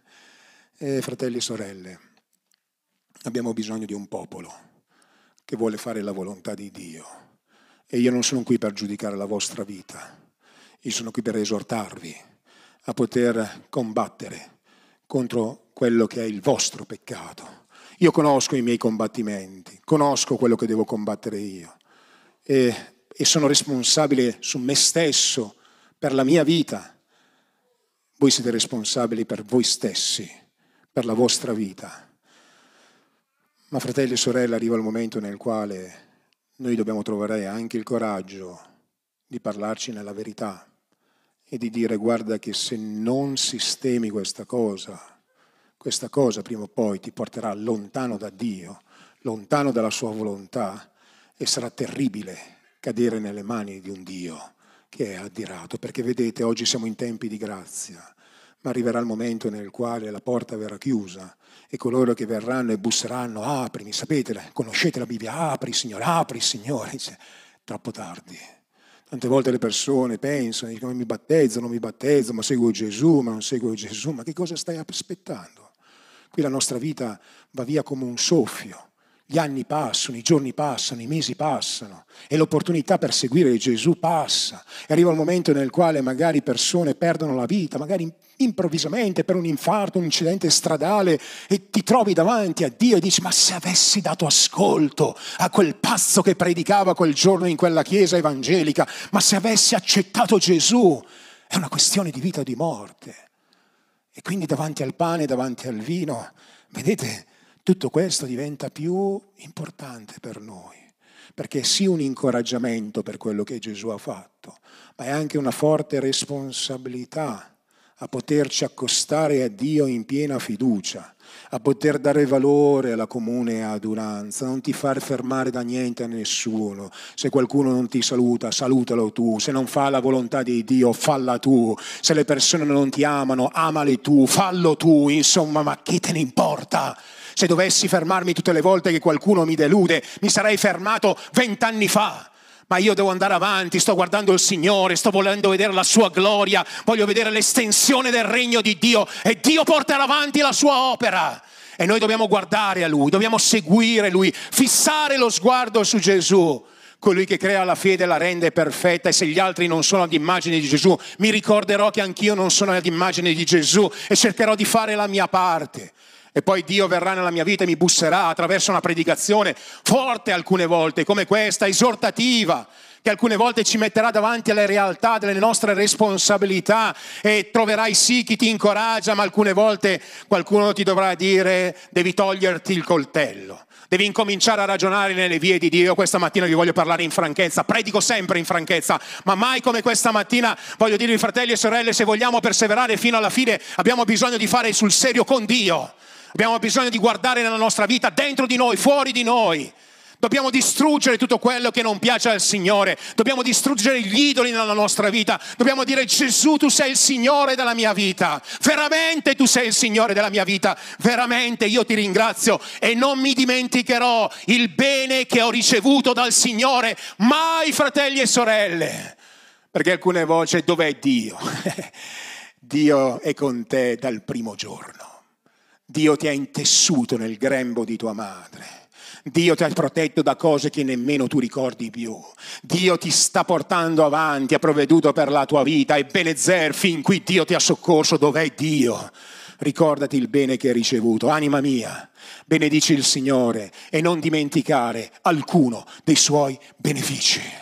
Eh, fratelli e sorelle, abbiamo bisogno di un popolo che vuole fare la volontà di Dio, e io non sono qui per giudicare la vostra vita, io sono qui per esortarvi a poter combattere contro quello che è il vostro peccato. Io conosco i miei combattimenti, conosco quello che devo combattere io, e, e sono responsabile su me stesso per la mia vita. Voi siete responsabili per voi stessi, per la vostra vita. Ma fratelli e sorelle, arriva il momento nel quale noi dobbiamo trovare anche il coraggio di parlarci nella verità e di dire: guarda che se non sistemi questa cosa, questa cosa prima o poi ti porterà lontano da Dio, lontano dalla sua volontà, e sarà terribile cadere nelle mani di un Dio che è addirato. Perché vedete, oggi siamo in tempi di grazia, ma arriverà il momento nel quale la porta verrà chiusa e coloro che verranno e busseranno: aprimi, sapete, conoscete la Bibbia, apri Signore, apri Signore. Dice: troppo tardi. Tante volte le persone pensano, dicono: mi battezzo, non mi battezzo, ma seguo Gesù, ma non seguo Gesù. Ma che cosa stai aspettando? Qui la nostra vita va via come un soffio. Gli anni passano, i giorni passano, i mesi passano, e l'opportunità per seguire Gesù passa. E arriva il momento nel quale magari persone perdono la vita, magari improvvisamente per un infarto, un incidente stradale, e ti trovi davanti a Dio e dici: ma se avessi dato ascolto a quel pazzo che predicava quel giorno in quella chiesa evangelica, ma se avessi accettato Gesù. È una questione di vita o di morte. E quindi davanti al pane, davanti al vino, vedete, tutto questo diventa più importante per noi, perché è sì un incoraggiamento per quello che Gesù ha fatto, ma è anche una forte responsabilità a poterci accostare a Dio in piena fiducia, a poter dare valore alla comune adunanza, non ti far fermare da niente a nessuno. Se qualcuno non ti saluta, salutalo tu. Se non fa la volontà di Dio, falla tu. Se le persone non ti amano, amale tu, fallo tu. Insomma, ma che te ne importa? Se dovessi fermarmi tutte le volte che qualcuno mi delude, mi sarei fermato vent'anni fa. Ma io devo andare avanti, sto guardando il Signore, sto volendo vedere la sua gloria, voglio vedere l'estensione del regno di Dio, e Dio porterà avanti la sua opera. E noi dobbiamo guardare a Lui, dobbiamo seguire Lui, fissare lo sguardo su Gesù. Colui che crea la fede la rende perfetta, e se gli altri non sono ad immagine di Gesù, mi ricorderò che anch'io non sono ad immagine di Gesù e cercherò di fare la mia parte. E poi Dio verrà nella mia vita e mi busserà attraverso una predicazione forte alcune volte, come questa, esortativa, che alcune volte ci metterà davanti alle realtà delle nostre responsabilità, e troverai sì chi ti incoraggia, ma alcune volte qualcuno ti dovrà dire: devi toglierti il coltello. Devi incominciare a ragionare nelle vie di Dio. Questa mattina vi voglio parlare in franchezza, predico sempre in franchezza, ma mai come questa mattina voglio dirvi, fratelli e sorelle, se vogliamo perseverare fino alla fine abbiamo bisogno di fare sul serio con Dio. Abbiamo bisogno di guardare nella nostra vita, dentro di noi, fuori di noi. Dobbiamo distruggere tutto quello che non piace al Signore. Dobbiamo distruggere gli idoli nella nostra vita. Dobbiamo dire: Gesù, tu sei il Signore della mia vita. Veramente tu sei il Signore della mia vita. Veramente io ti ringrazio e non mi dimenticherò il bene che ho ricevuto dal Signore. Mai, fratelli e sorelle. Perché alcune voci: dov'è Dio? Dio è con te dal primo giorno. Dio ti ha intessuto nel grembo di tua madre. Dio ti ha protetto da cose che nemmeno tu ricordi più. Dio ti sta portando avanti, ha provveduto per la tua vita. E Benezer, fin qui Dio ti ha soccorso. Dov'è Dio? Ricordati il bene che hai ricevuto. Anima mia, benedici il Signore e non dimenticare alcuno dei suoi benefici.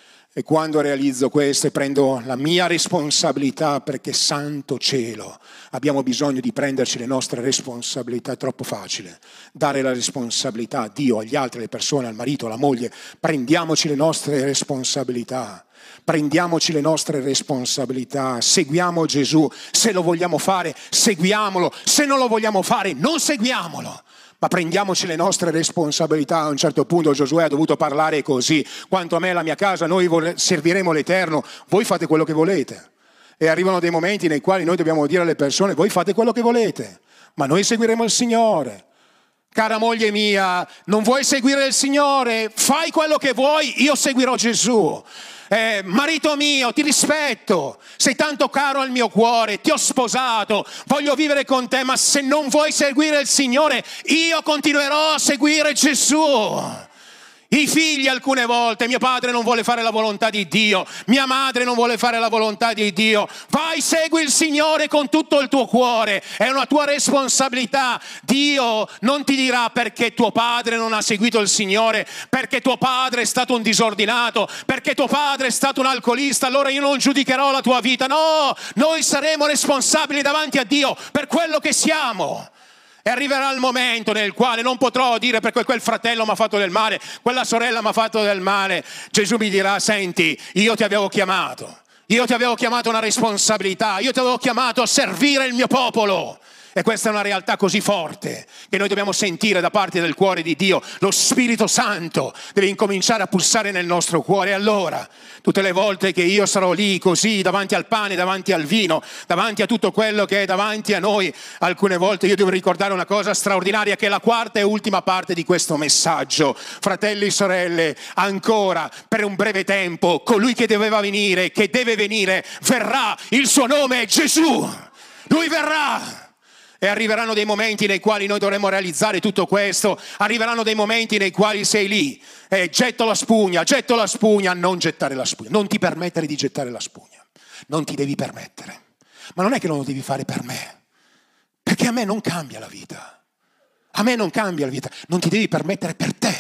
E quando realizzo questo e prendo la mia responsabilità, perché santo cielo, abbiamo bisogno di prenderci le nostre responsabilità. È troppo facile dare la responsabilità a Dio, agli altri, alle persone, al marito, alla moglie. Prendiamoci le nostre responsabilità. Prendiamoci le nostre responsabilità. Seguiamo Gesù. Se lo vogliamo fare, seguiamolo. Se non lo vogliamo fare, non seguiamolo. Ma prendiamoci le nostre responsabilità. A un certo punto Giosuè ha dovuto parlare così: quanto a me e la mia casa, noi serviremo l'Eterno, voi fate quello che volete. E arrivano dei momenti nei quali noi dobbiamo dire alle persone: voi fate quello che volete, ma noi seguiremo il Signore. Cara moglie mia, non vuoi seguire il Signore? Fai quello che vuoi, io seguirò Gesù. Eh, marito mio, ti rispetto, sei tanto caro al mio cuore, ti ho sposato, voglio vivere con te, ma se non vuoi seguire il Signore, io continuerò a seguire Gesù. I figli alcune volte: mio padre non vuole fare la volontà di Dio, mia madre non vuole fare la volontà di Dio. Vai, segui il Signore con tutto il tuo cuore, è una tua responsabilità. Dio non ti dirà: perché tuo padre non ha seguito il Signore, perché tuo padre è stato un disordinato, perché tuo padre è stato un alcolista, allora io non giudicherò la tua vita. No, noi saremo responsabili davanti a Dio per quello che siamo. E arriverà il momento nel quale non potrò dire: perché quel fratello mi ha fatto del male, quella sorella mi ha fatto del male. Gesù mi dirà: senti, io ti avevo chiamato, io ti avevo chiamato a una responsabilità, io ti avevo chiamato a servire il mio popolo. E questa è una realtà così forte che noi dobbiamo sentire da parte del cuore di Dio. Lo Spirito Santo deve incominciare a pulsare nel nostro cuore. E allora, tutte le volte che io sarò lì così, davanti al pane, davanti al vino, davanti a tutto quello che è davanti a noi, alcune volte io devo ricordare una cosa straordinaria, che è la quarta e ultima parte di questo messaggio. Fratelli e sorelle, ancora per un breve tempo, colui che doveva venire, che deve venire, verrà. Il suo nome è Gesù. Lui verrà. E arriveranno dei momenti nei quali noi dovremo realizzare tutto questo. Arriveranno dei momenti nei quali sei lì e getto la spugna, getto la spugna. Non gettare la spugna, non ti permettere di gettare la spugna. Non ti devi permettere. Ma non è che non lo devi fare per me, perché a me non cambia la vita. A me non cambia la vita. Non ti devi permettere per te.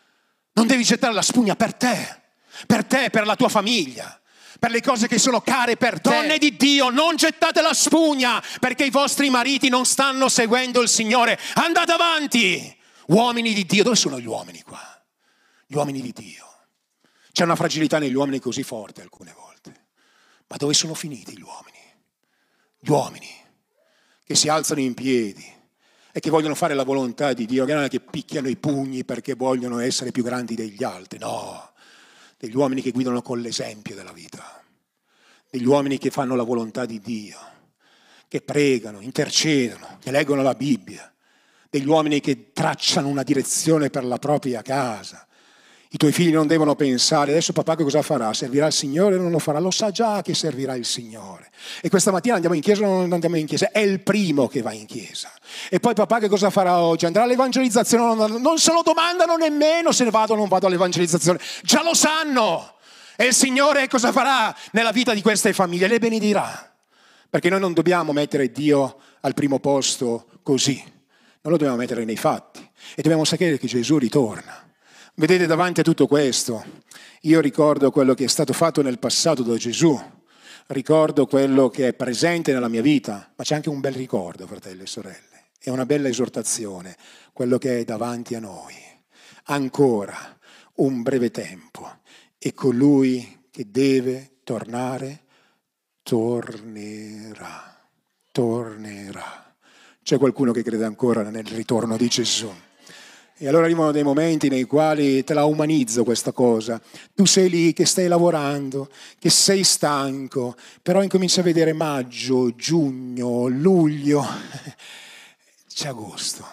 Non devi gettare la spugna per te, per te, per la tua famiglia, per le cose che sono care per te. Donne di Dio, non gettate la spugna perché i vostri mariti non stanno seguendo il Signore. Andate avanti. Uomini di Dio, dove sono gli uomini qua? Gli uomini di Dio. C'è una fragilità negli uomini così forte alcune volte. Ma dove sono finiti gli uomini? Gli uomini che si alzano in piedi e che vogliono fare la volontà di Dio, che non è che picchiano i pugni perché vogliono essere più grandi degli altri, no. Degli uomini che guidano con l'esempio della vita, degli uomini che fanno la volontà di Dio, che pregano, intercedono, che leggono la Bibbia, degli uomini che tracciano una direzione per la propria casa. I tuoi figli non devono pensare, adesso papà che cosa farà? Servirà il Signore o non lo farà? Lo sa già che servirà il Signore. E questa mattina andiamo in chiesa o non andiamo in chiesa? È il primo che va in chiesa. E poi papà che cosa farà oggi? Andrà all'evangelizzazione? Non, non se lo domandano nemmeno se vado o non vado all'evangelizzazione. Già lo sanno! E il Signore cosa farà nella vita di queste famiglie? Le benedirà. Perché noi non dobbiamo mettere Dio al primo posto così. Non lo dobbiamo mettere nei fatti. E dobbiamo sapere che Gesù ritorna. Vedete, davanti a tutto questo, io ricordo quello che è stato fatto nel passato da Gesù, ricordo quello che è presente nella mia vita, ma c'è anche un bel ricordo, fratelli e sorelle, è una bella esortazione, quello che è davanti a noi. Ancora un breve tempo e colui che deve tornare, tornerà, tornerà. C'è qualcuno che crede ancora nel ritorno di Gesù? E allora arrivano dei momenti nei quali te la umanizzo questa cosa. Tu sei lì che stai lavorando, che sei stanco, però incominci a vedere maggio, giugno, luglio, c'è agosto.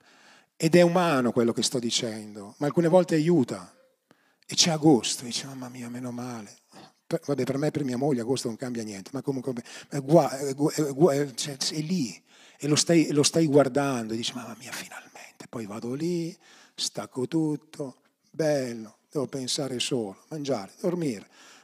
Ed è umano quello che sto dicendo, ma alcune volte aiuta. E c'è agosto, e dice mamma mia, meno male. Per, vabbè, per me e per mia moglie agosto non cambia niente, ma comunque è, gua, è, gua, è, gua, è, cioè, è lì e lo stai, lo stai guardando e dici mamma mia, finalmente. Poi vado lì, stacco tutto, bello, devo pensare solo, mangiare, dormire,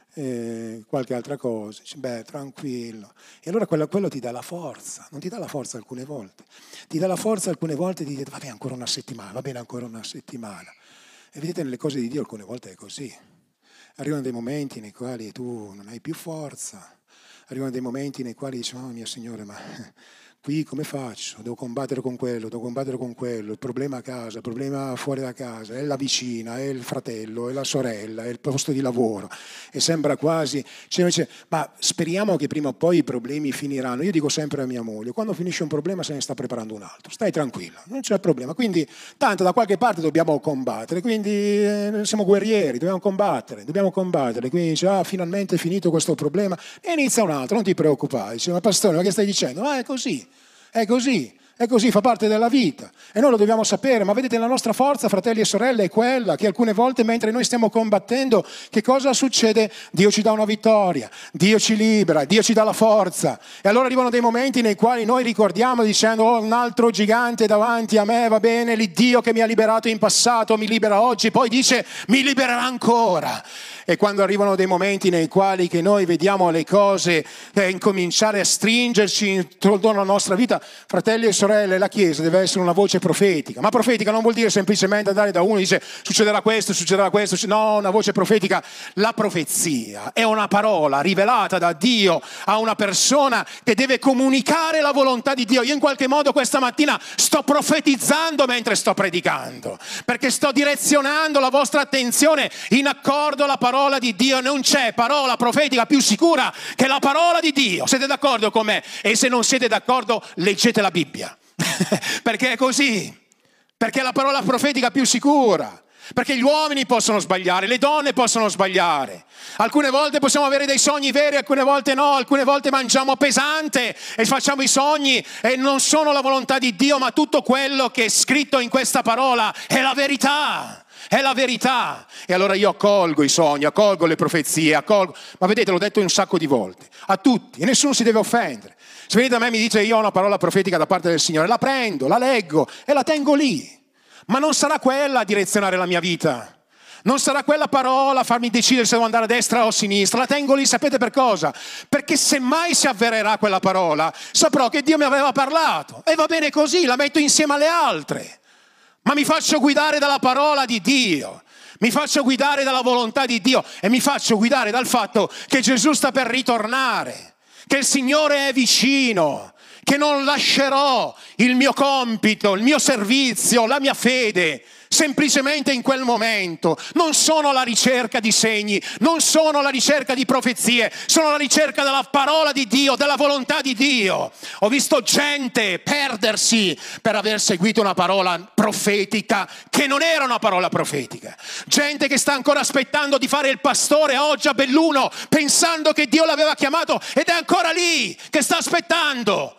eh, qualche altra cosa, dici, beh, tranquillo. E allora quello, quello ti dà la forza, non ti dà la forza alcune volte, ti dà la forza alcune volte di dire va bene ancora una settimana, va bene ancora una settimana. E vedete, nelle cose di Dio alcune volte è così. Arrivano dei momenti nei quali tu non hai più forza, arrivano dei momenti nei quali dici, mamma mia Signore, ma qui come faccio? Devo combattere con quello, devo combattere con quello, il problema a casa, il problema fuori da casa, è la vicina, è il fratello, è la sorella, è il posto di lavoro. E sembra quasi, cioè, dice, ma speriamo che prima o poi i problemi finiranno. Io dico sempre a mia moglie, quando finisce un problema se ne sta preparando un altro, stai tranquilla, non c'è problema. Quindi tanto da qualche parte dobbiamo combattere, quindi eh, siamo guerrieri, dobbiamo combattere, dobbiamo combattere. Quindi dice, ah, finalmente è finito questo problema, e inizia un altro, non ti preoccupare. Dice, ma pastore, ma che stai dicendo? Ah, è così. È così, è così, fa parte della vita e noi lo dobbiamo sapere, ma vedete la nostra forza, fratelli e sorelle, è quella che alcune volte mentre noi stiamo combattendo, che cosa succede? Dio ci dà una vittoria, Dio ci libera, Dio ci dà la forza e allora arrivano dei momenti nei quali noi ricordiamo dicendo oh, un altro gigante davanti a me, va bene, l'Iddio che mi ha liberato in passato mi libera oggi, poi dice mi libererà ancora. E quando arrivano dei momenti nei quali che noi vediamo le cose eh, incominciare a stringerci intorno alla nostra vita, fratelli e sorelle, la Chiesa deve essere una voce profetica. Ma profetica non vuol dire semplicemente andare da uno e dice succederà questo, succederà questo. No, una voce profetica. La profezia è una parola rivelata da Dio a una persona che deve comunicare la volontà di Dio. Io in qualche modo questa mattina sto profetizzando mentre sto predicando, perché sto direzionando la vostra attenzione in accordo alla parola di Dio. Non c'è parola profetica più sicura che la parola di Dio. Siete d'accordo con me? E se non siete d'accordo, leggete la Bibbia. Perché è così. Perché è la parola profetica più sicura. Perché gli uomini possono sbagliare, le donne possono sbagliare. Alcune volte possiamo avere dei sogni veri, alcune volte no, alcune volte mangiamo pesante e facciamo i sogni e non sono la volontà di Dio, ma tutto quello che è scritto in questa parola è la verità. È la verità. E allora io accolgo i sogni, accolgo le profezie, accolgo. Ma vedete, l'ho detto un sacco di volte, a tutti, e nessuno si deve offendere. Se venite a me e mi dice io ho una parola profetica da parte del Signore, la prendo, la leggo e la tengo lì. Ma non sarà quella a direzionare la mia vita. Non sarà quella parola a farmi decidere se devo andare a destra o a sinistra. La tengo lì, sapete per cosa? Perché se mai si avvererà quella parola, saprò che Dio mi aveva parlato. E va bene così, la metto insieme alle altre. Ma mi faccio guidare dalla parola di Dio, mi faccio guidare dalla volontà di Dio e mi faccio guidare dal fatto che Gesù sta per ritornare, che il Signore è vicino, che non lascerò il mio compito, il mio servizio, la mia fede, semplicemente in quel momento. Non sono alla ricerca di segni, non sono alla ricerca di profezie, sono alla ricerca della parola di Dio, della volontà di Dio. Ho visto gente perdersi per aver seguito una parola profetica che non era una parola profetica. Gente che sta ancora aspettando di fare il pastore oggi a Belluno, pensando che Dio l'aveva chiamato ed è ancora lì che sta aspettando.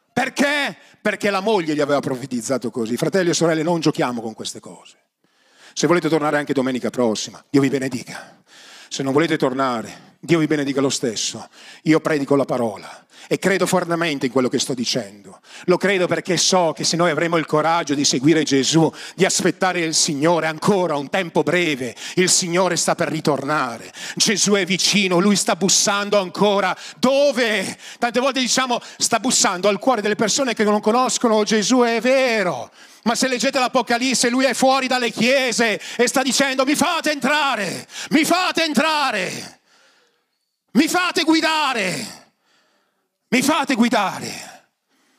Perché? Perché la moglie gli aveva profetizzato così. Fratelli e sorelle, non giochiamo con queste cose. Se volete tornare anche domenica prossima, Dio vi benedica. Se non volete tornare, Dio vi benedica lo stesso. Io predico la parola e credo fortemente in quello che sto dicendo. Lo credo perché so che se noi avremo il coraggio di seguire Gesù, di aspettare il Signore ancora un tempo breve, il Signore sta per ritornare. Gesù è vicino, Lui sta bussando ancora. Dove? Tante volte diciamo sta bussando al cuore delle persone che non conoscono Gesù, è vero. Ma se leggete l'Apocalisse, Lui è fuori dalle chiese e sta dicendo: mi fate entrare, mi fate entrare, mi fate guidare. Mi fate guidare.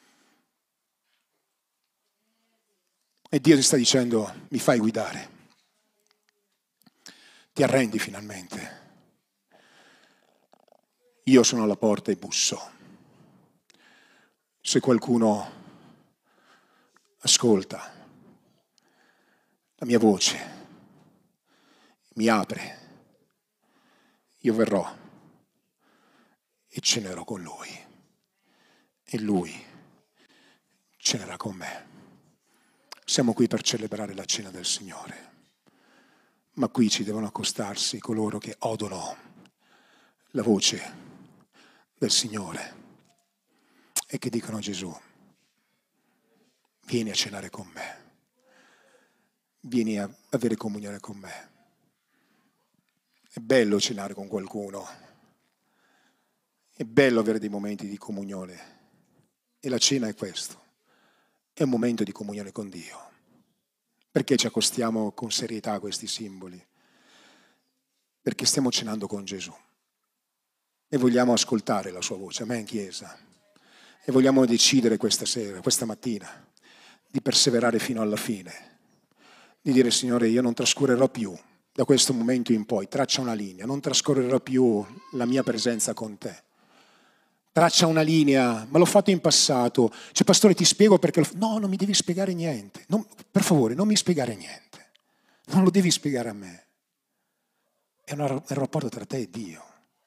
E Dio ti sta dicendo: mi fai guidare. Ti arrendi finalmente. Io sono alla porta e busso. Se qualcuno ascolta la mia voce, mi apre, io verrò e cenerò con lui. E Lui cenerà con me. Siamo qui per celebrare la cena del Signore, ma qui ci devono accostarsi coloro che odono la voce del Signore e che dicono: Gesù, vieni a cenare con me, vieni a avere comunione con me. È bello cenare con qualcuno, è bello avere dei momenti di comunione. E la cena è questo, è un momento di comunione con Dio. Perché ci accostiamo con serietà a questi simboli? Perché stiamo cenando con Gesù e vogliamo ascoltare la sua voce, a me in chiesa, e vogliamo decidere questa sera, questa mattina, di perseverare fino alla fine, di dire: Signore, io non trascorrerò più da questo momento in poi, traccia una linea, non trascorrerò più la mia presenza con te. Traccia una linea, ma l'ho fatto in passato. Cioè, pastore, ti spiego perché lo... No, non mi devi spiegare niente. Non, per favore, non mi spiegare niente. Non lo devi spiegare a me. È, una, è un rapporto tra te e Dio.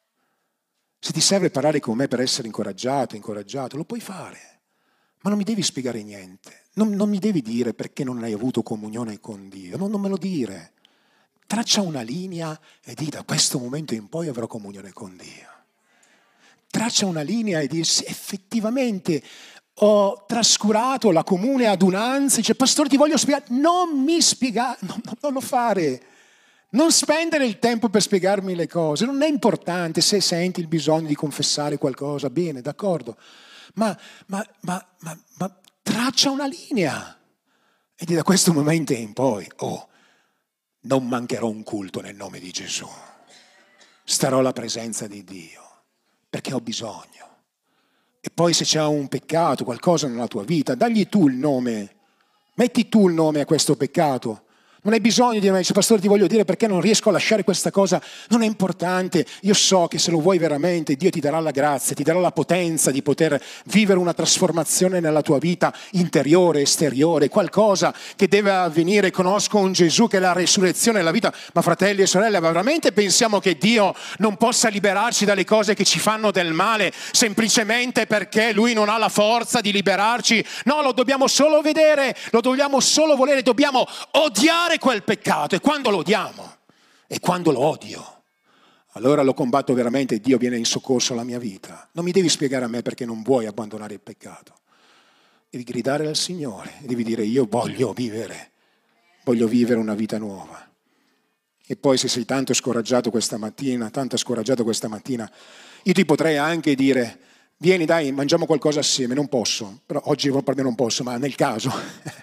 Se ti serve parlare con me per essere incoraggiato, incoraggiato, lo puoi fare. Ma non mi devi spiegare niente. Non, non mi devi dire perché non hai avuto comunione con Dio. Non, non me lo dire. Traccia una linea e di: da questo momento in poi avrò comunione con Dio. Traccia una linea e dici: effettivamente ho trascurato la comune adunanza. Dice: pastore, ti voglio spiegare. Non mi spiegare, non, non lo fare. Non spendere il tempo per spiegarmi le cose. Non è importante. Se senti il bisogno di confessare qualcosa, bene, d'accordo. Ma, ma, ma, ma, ma traccia una linea. E di: da questo momento in poi, oh, non mancherò un culto nel nome di Gesù. Starò alla presenza di Dio. Perché ho bisogno. E poi se c'è un peccato, qualcosa nella tua vita, dagli tu il nome, metti tu il nome a questo peccato. Non hai bisogno di dire: pastore, ti voglio dire perché non riesco a lasciare questa cosa. Non è importante. Io so che se lo vuoi veramente, Dio ti darà la grazia, ti darà la potenza di poter vivere una trasformazione nella tua vita interiore, esteriore, qualcosa che deve avvenire. Conosco un Gesù che è la resurrezione e la vita. Ma fratelli e sorelle, veramente pensiamo che Dio non possa liberarci dalle cose che ci fanno del male semplicemente perché Lui non ha la forza di liberarci? No, lo dobbiamo solo vedere, lo dobbiamo solo volere, dobbiamo odiare quel peccato. E quando lo odiamo e quando lo odio, allora lo combatto veramente e Dio viene in soccorso alla mia vita. Non mi devi spiegare a me perché non vuoi abbandonare il peccato. Devi gridare al Signore e devi dire: io voglio vivere, voglio vivere una vita nuova. E poi se sei tanto scoraggiato questa mattina, tanto scoraggiato questa mattina, io ti potrei anche dire: vieni, dai, mangiamo qualcosa assieme. Non posso, però oggi proprio non posso, ma nel caso.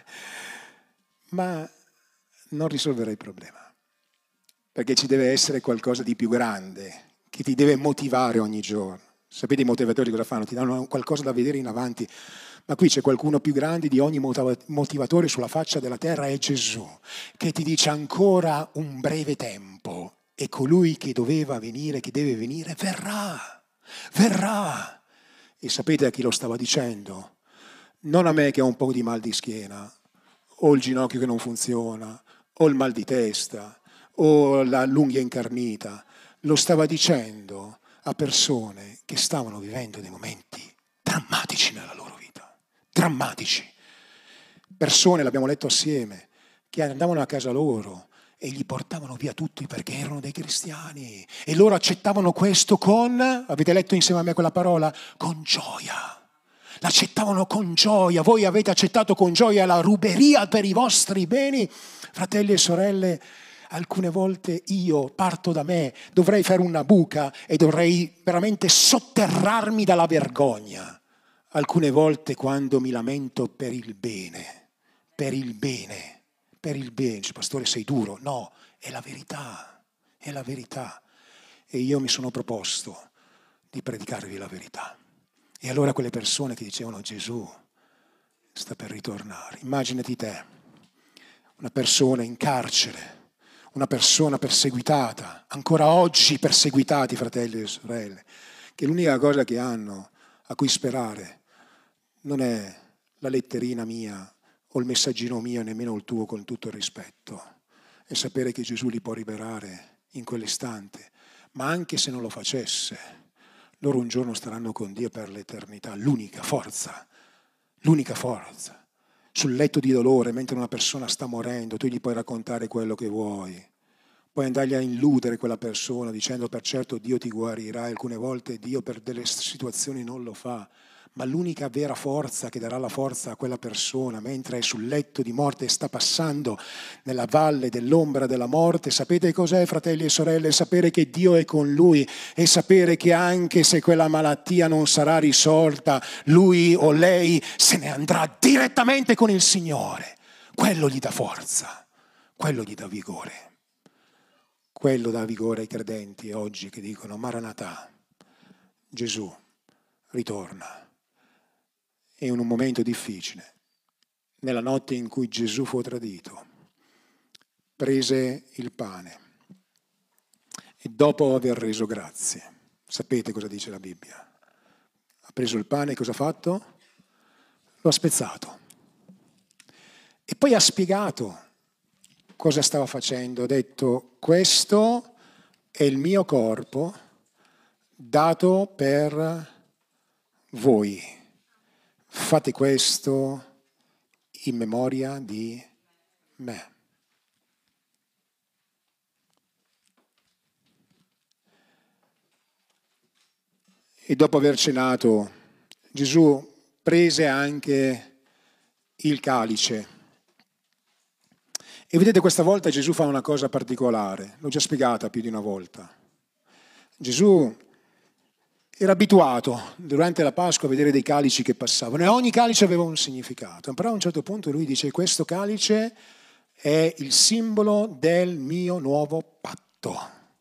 Ma non risolverà il problema, perché ci deve essere qualcosa di più grande che ti deve motivare ogni giorno. Sapete i motivatori cosa fanno? Ti danno qualcosa da vedere in avanti, ma qui c'è qualcuno più grande di ogni motivatore sulla faccia della terra, è Gesù, che ti dice: ancora un breve tempo e colui che doveva venire, che deve venire, verrà, verrà. E sapete a chi lo stava dicendo? Non a me che ho un po' di mal di schiena, o il ginocchio che non funziona, o il mal di testa, o la l'unghia incarnita. Lo stava dicendo a persone che stavano vivendo dei momenti drammatici nella loro vita. Drammatici. Persone, l'abbiamo letto assieme, che andavano a casa loro e gli portavano via tutti perché erano dei cristiani e loro accettavano questo con, avete letto insieme a me quella parola? Con gioia. L'accettavano con gioia. Voi avete accettato con gioia la ruberia per i vostri beni? Fratelli e sorelle, alcune volte io parto da me, dovrei fare una buca e dovrei veramente sotterrarmi dalla vergogna. Alcune volte quando mi lamento per il bene, per il bene, per il bene. Dice, pastore, sei duro. No, è la verità, è la verità. E io mi sono proposto di predicarvi la verità. E allora quelle persone che dicevano Gesù sta per ritornare. Immaginati te, una persona in carcere, una persona perseguitata, ancora oggi perseguitati, fratelli e sorelle, che l'unica cosa che hanno a cui sperare non è la letterina mia o il messaggino mio, nemmeno il tuo, con tutto il rispetto, è sapere che Gesù li può liberare in quell'istante, ma anche se non lo facesse, loro un giorno staranno con Dio per l'eternità. L'unica forza, l'unica forza. Sul letto di dolore, mentre una persona sta morendo, tu gli puoi raccontare quello che vuoi. Puoi andargli a illudere quella persona dicendo per certo Dio ti guarirà. Alcune volte Dio per delle situazioni non lo fa. Ma l'unica vera forza che darà la forza a quella persona mentre è sul letto di morte e sta passando nella valle dell'ombra della morte, sapete cos'è, fratelli e sorelle? Sapere che Dio è con lui e sapere che anche se quella malattia non sarà risolta, lui o lei se ne andrà direttamente con il Signore. Quello gli dà forza, quello gli dà vigore. Quello dà vigore ai credenti oggi che dicono Maranatà, Gesù ritorna. E in un momento difficile, nella notte in cui Gesù fu tradito, prese il pane e dopo aver reso grazie, sapete cosa dice la Bibbia? Ha preso il pane e cosa ha fatto? Lo ha spezzato. E poi ha spiegato cosa stava facendo. Ha detto, questo è il mio corpo dato per voi. Fate questo in memoria di me. E dopo aver cenato, Gesù prese anche il calice. E vedete, questa volta Gesù fa una cosa particolare, l'ho già spiegata più di una volta. Gesù era abituato durante la Pasqua a vedere dei calici che passavano e ogni calice aveva un significato. Però a un certo punto lui dice, questo calice è il simbolo del mio nuovo patto.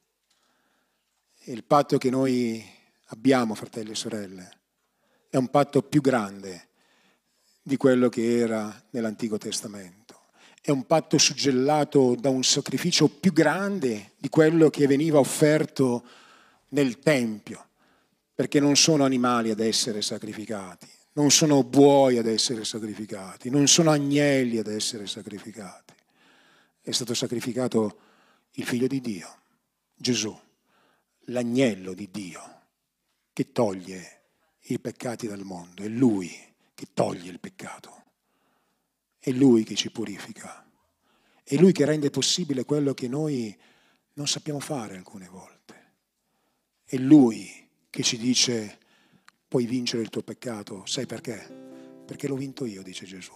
Il patto che noi abbiamo, fratelli e sorelle, è un patto più grande di quello che era nell'Antico Testamento. È un patto suggellato da un sacrificio più grande di quello che veniva offerto nel Tempio. Perché non sono animali ad essere sacrificati, non sono buoi ad essere sacrificati, non sono agnelli ad essere sacrificati. È stato sacrificato il Figlio di Dio, Gesù, l'agnello di Dio, che toglie i peccati dal mondo. È Lui che toglie il peccato, è Lui che ci purifica, è Lui che rende possibile quello che noi non sappiamo fare alcune volte. È Lui che ci dice, puoi vincere il tuo peccato, sai perché? Perché l'ho vinto io, dice Gesù.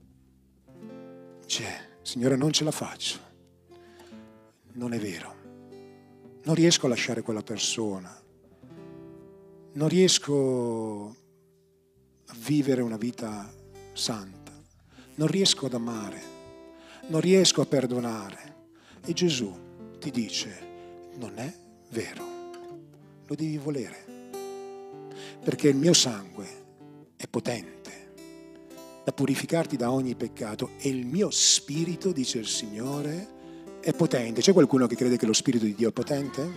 Cioè, Signore, non ce la faccio. Non è vero. Non riesco a lasciare quella persona. Non riesco a vivere una vita santa. Non riesco ad amare. Non riesco a perdonare. E Gesù ti dice, non è vero. Lo devi volere. Perché il mio sangue è potente da purificarti da ogni peccato e il mio spirito, dice il Signore, è potente. C'è qualcuno che crede che lo spirito di Dio è potente?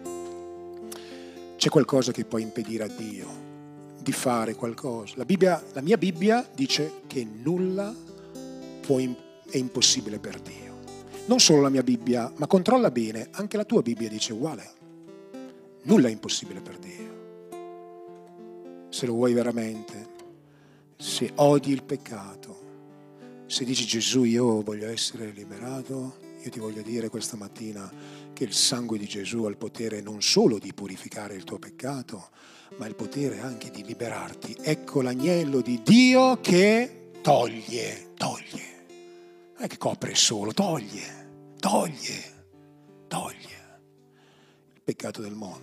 C'è qualcosa che può impedire a Dio di fare qualcosa? La Bibbia, la mia Bibbia dice che nulla può, è impossibile per Dio. Non solo la mia Bibbia, ma controlla bene, anche la tua Bibbia dice uguale. Nulla è impossibile per Dio. Se lo vuoi veramente, se odi il peccato, se dici Gesù io voglio essere liberato, Io ti voglio dire questa mattina che il sangue di Gesù ha il potere non solo di purificare il tuo peccato, ma il potere anche di liberarti. Ecco l'agnello di Dio che toglie, toglie. Non è che copre solo, toglie, toglie, toglie il peccato del mondo.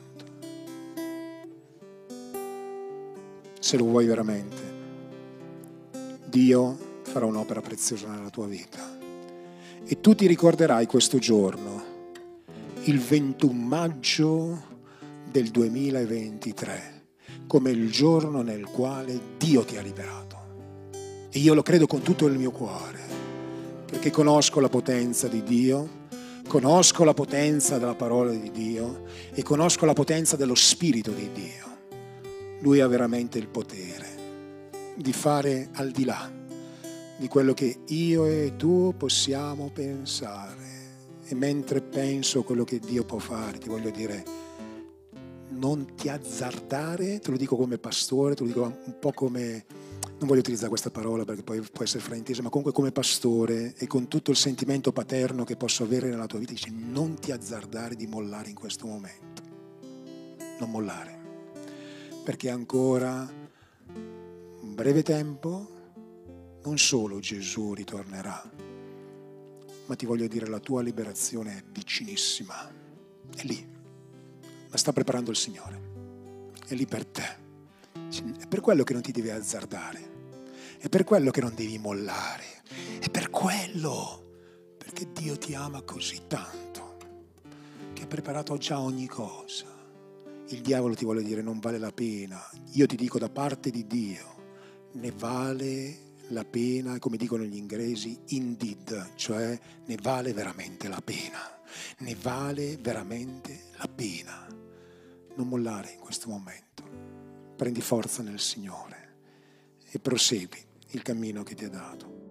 Se lo vuoi veramente, Dio farà un'opera preziosa nella tua vita. E tu ti ricorderai questo giorno, il ventuno maggio del duemilaventitré, come il giorno nel quale Dio ti ha liberato. E io lo credo con tutto il mio cuore, perché conosco la potenza di Dio, conosco la potenza della parola di Dio e conosco la potenza dello Spirito di Dio. Lui ha veramente il potere di fare al di là di quello che io e tu possiamo pensare. E mentre penso quello che Dio può fare, ti voglio dire, non ti azzardare, te lo dico come pastore, te lo dico un po' come, non voglio utilizzare questa parola perché poi può essere fraintesa, ma comunque come pastore e con tutto il sentimento paterno che posso avere nella tua vita, dice non ti azzardare di mollare in questo momento. Non mollare, perché ancora un breve tempo non solo Gesù ritornerà, ma ti voglio dire la tua liberazione è vicinissima, è lì, la sta preparando il Signore, è lì per te. È per quello che non ti devi azzardare, è per quello che non devi mollare, è per quello, perché Dio ti ama così tanto, che ha preparato già ogni cosa. Il diavolo ti vuole dire non vale la pena, io ti dico da parte di Dio, ne vale la pena, come dicono gli inglesi, indeed, cioè ne vale veramente la pena, ne vale veramente la pena. Non mollare in questo momento, prendi forza nel Signore e prosegui il cammino che ti ha dato.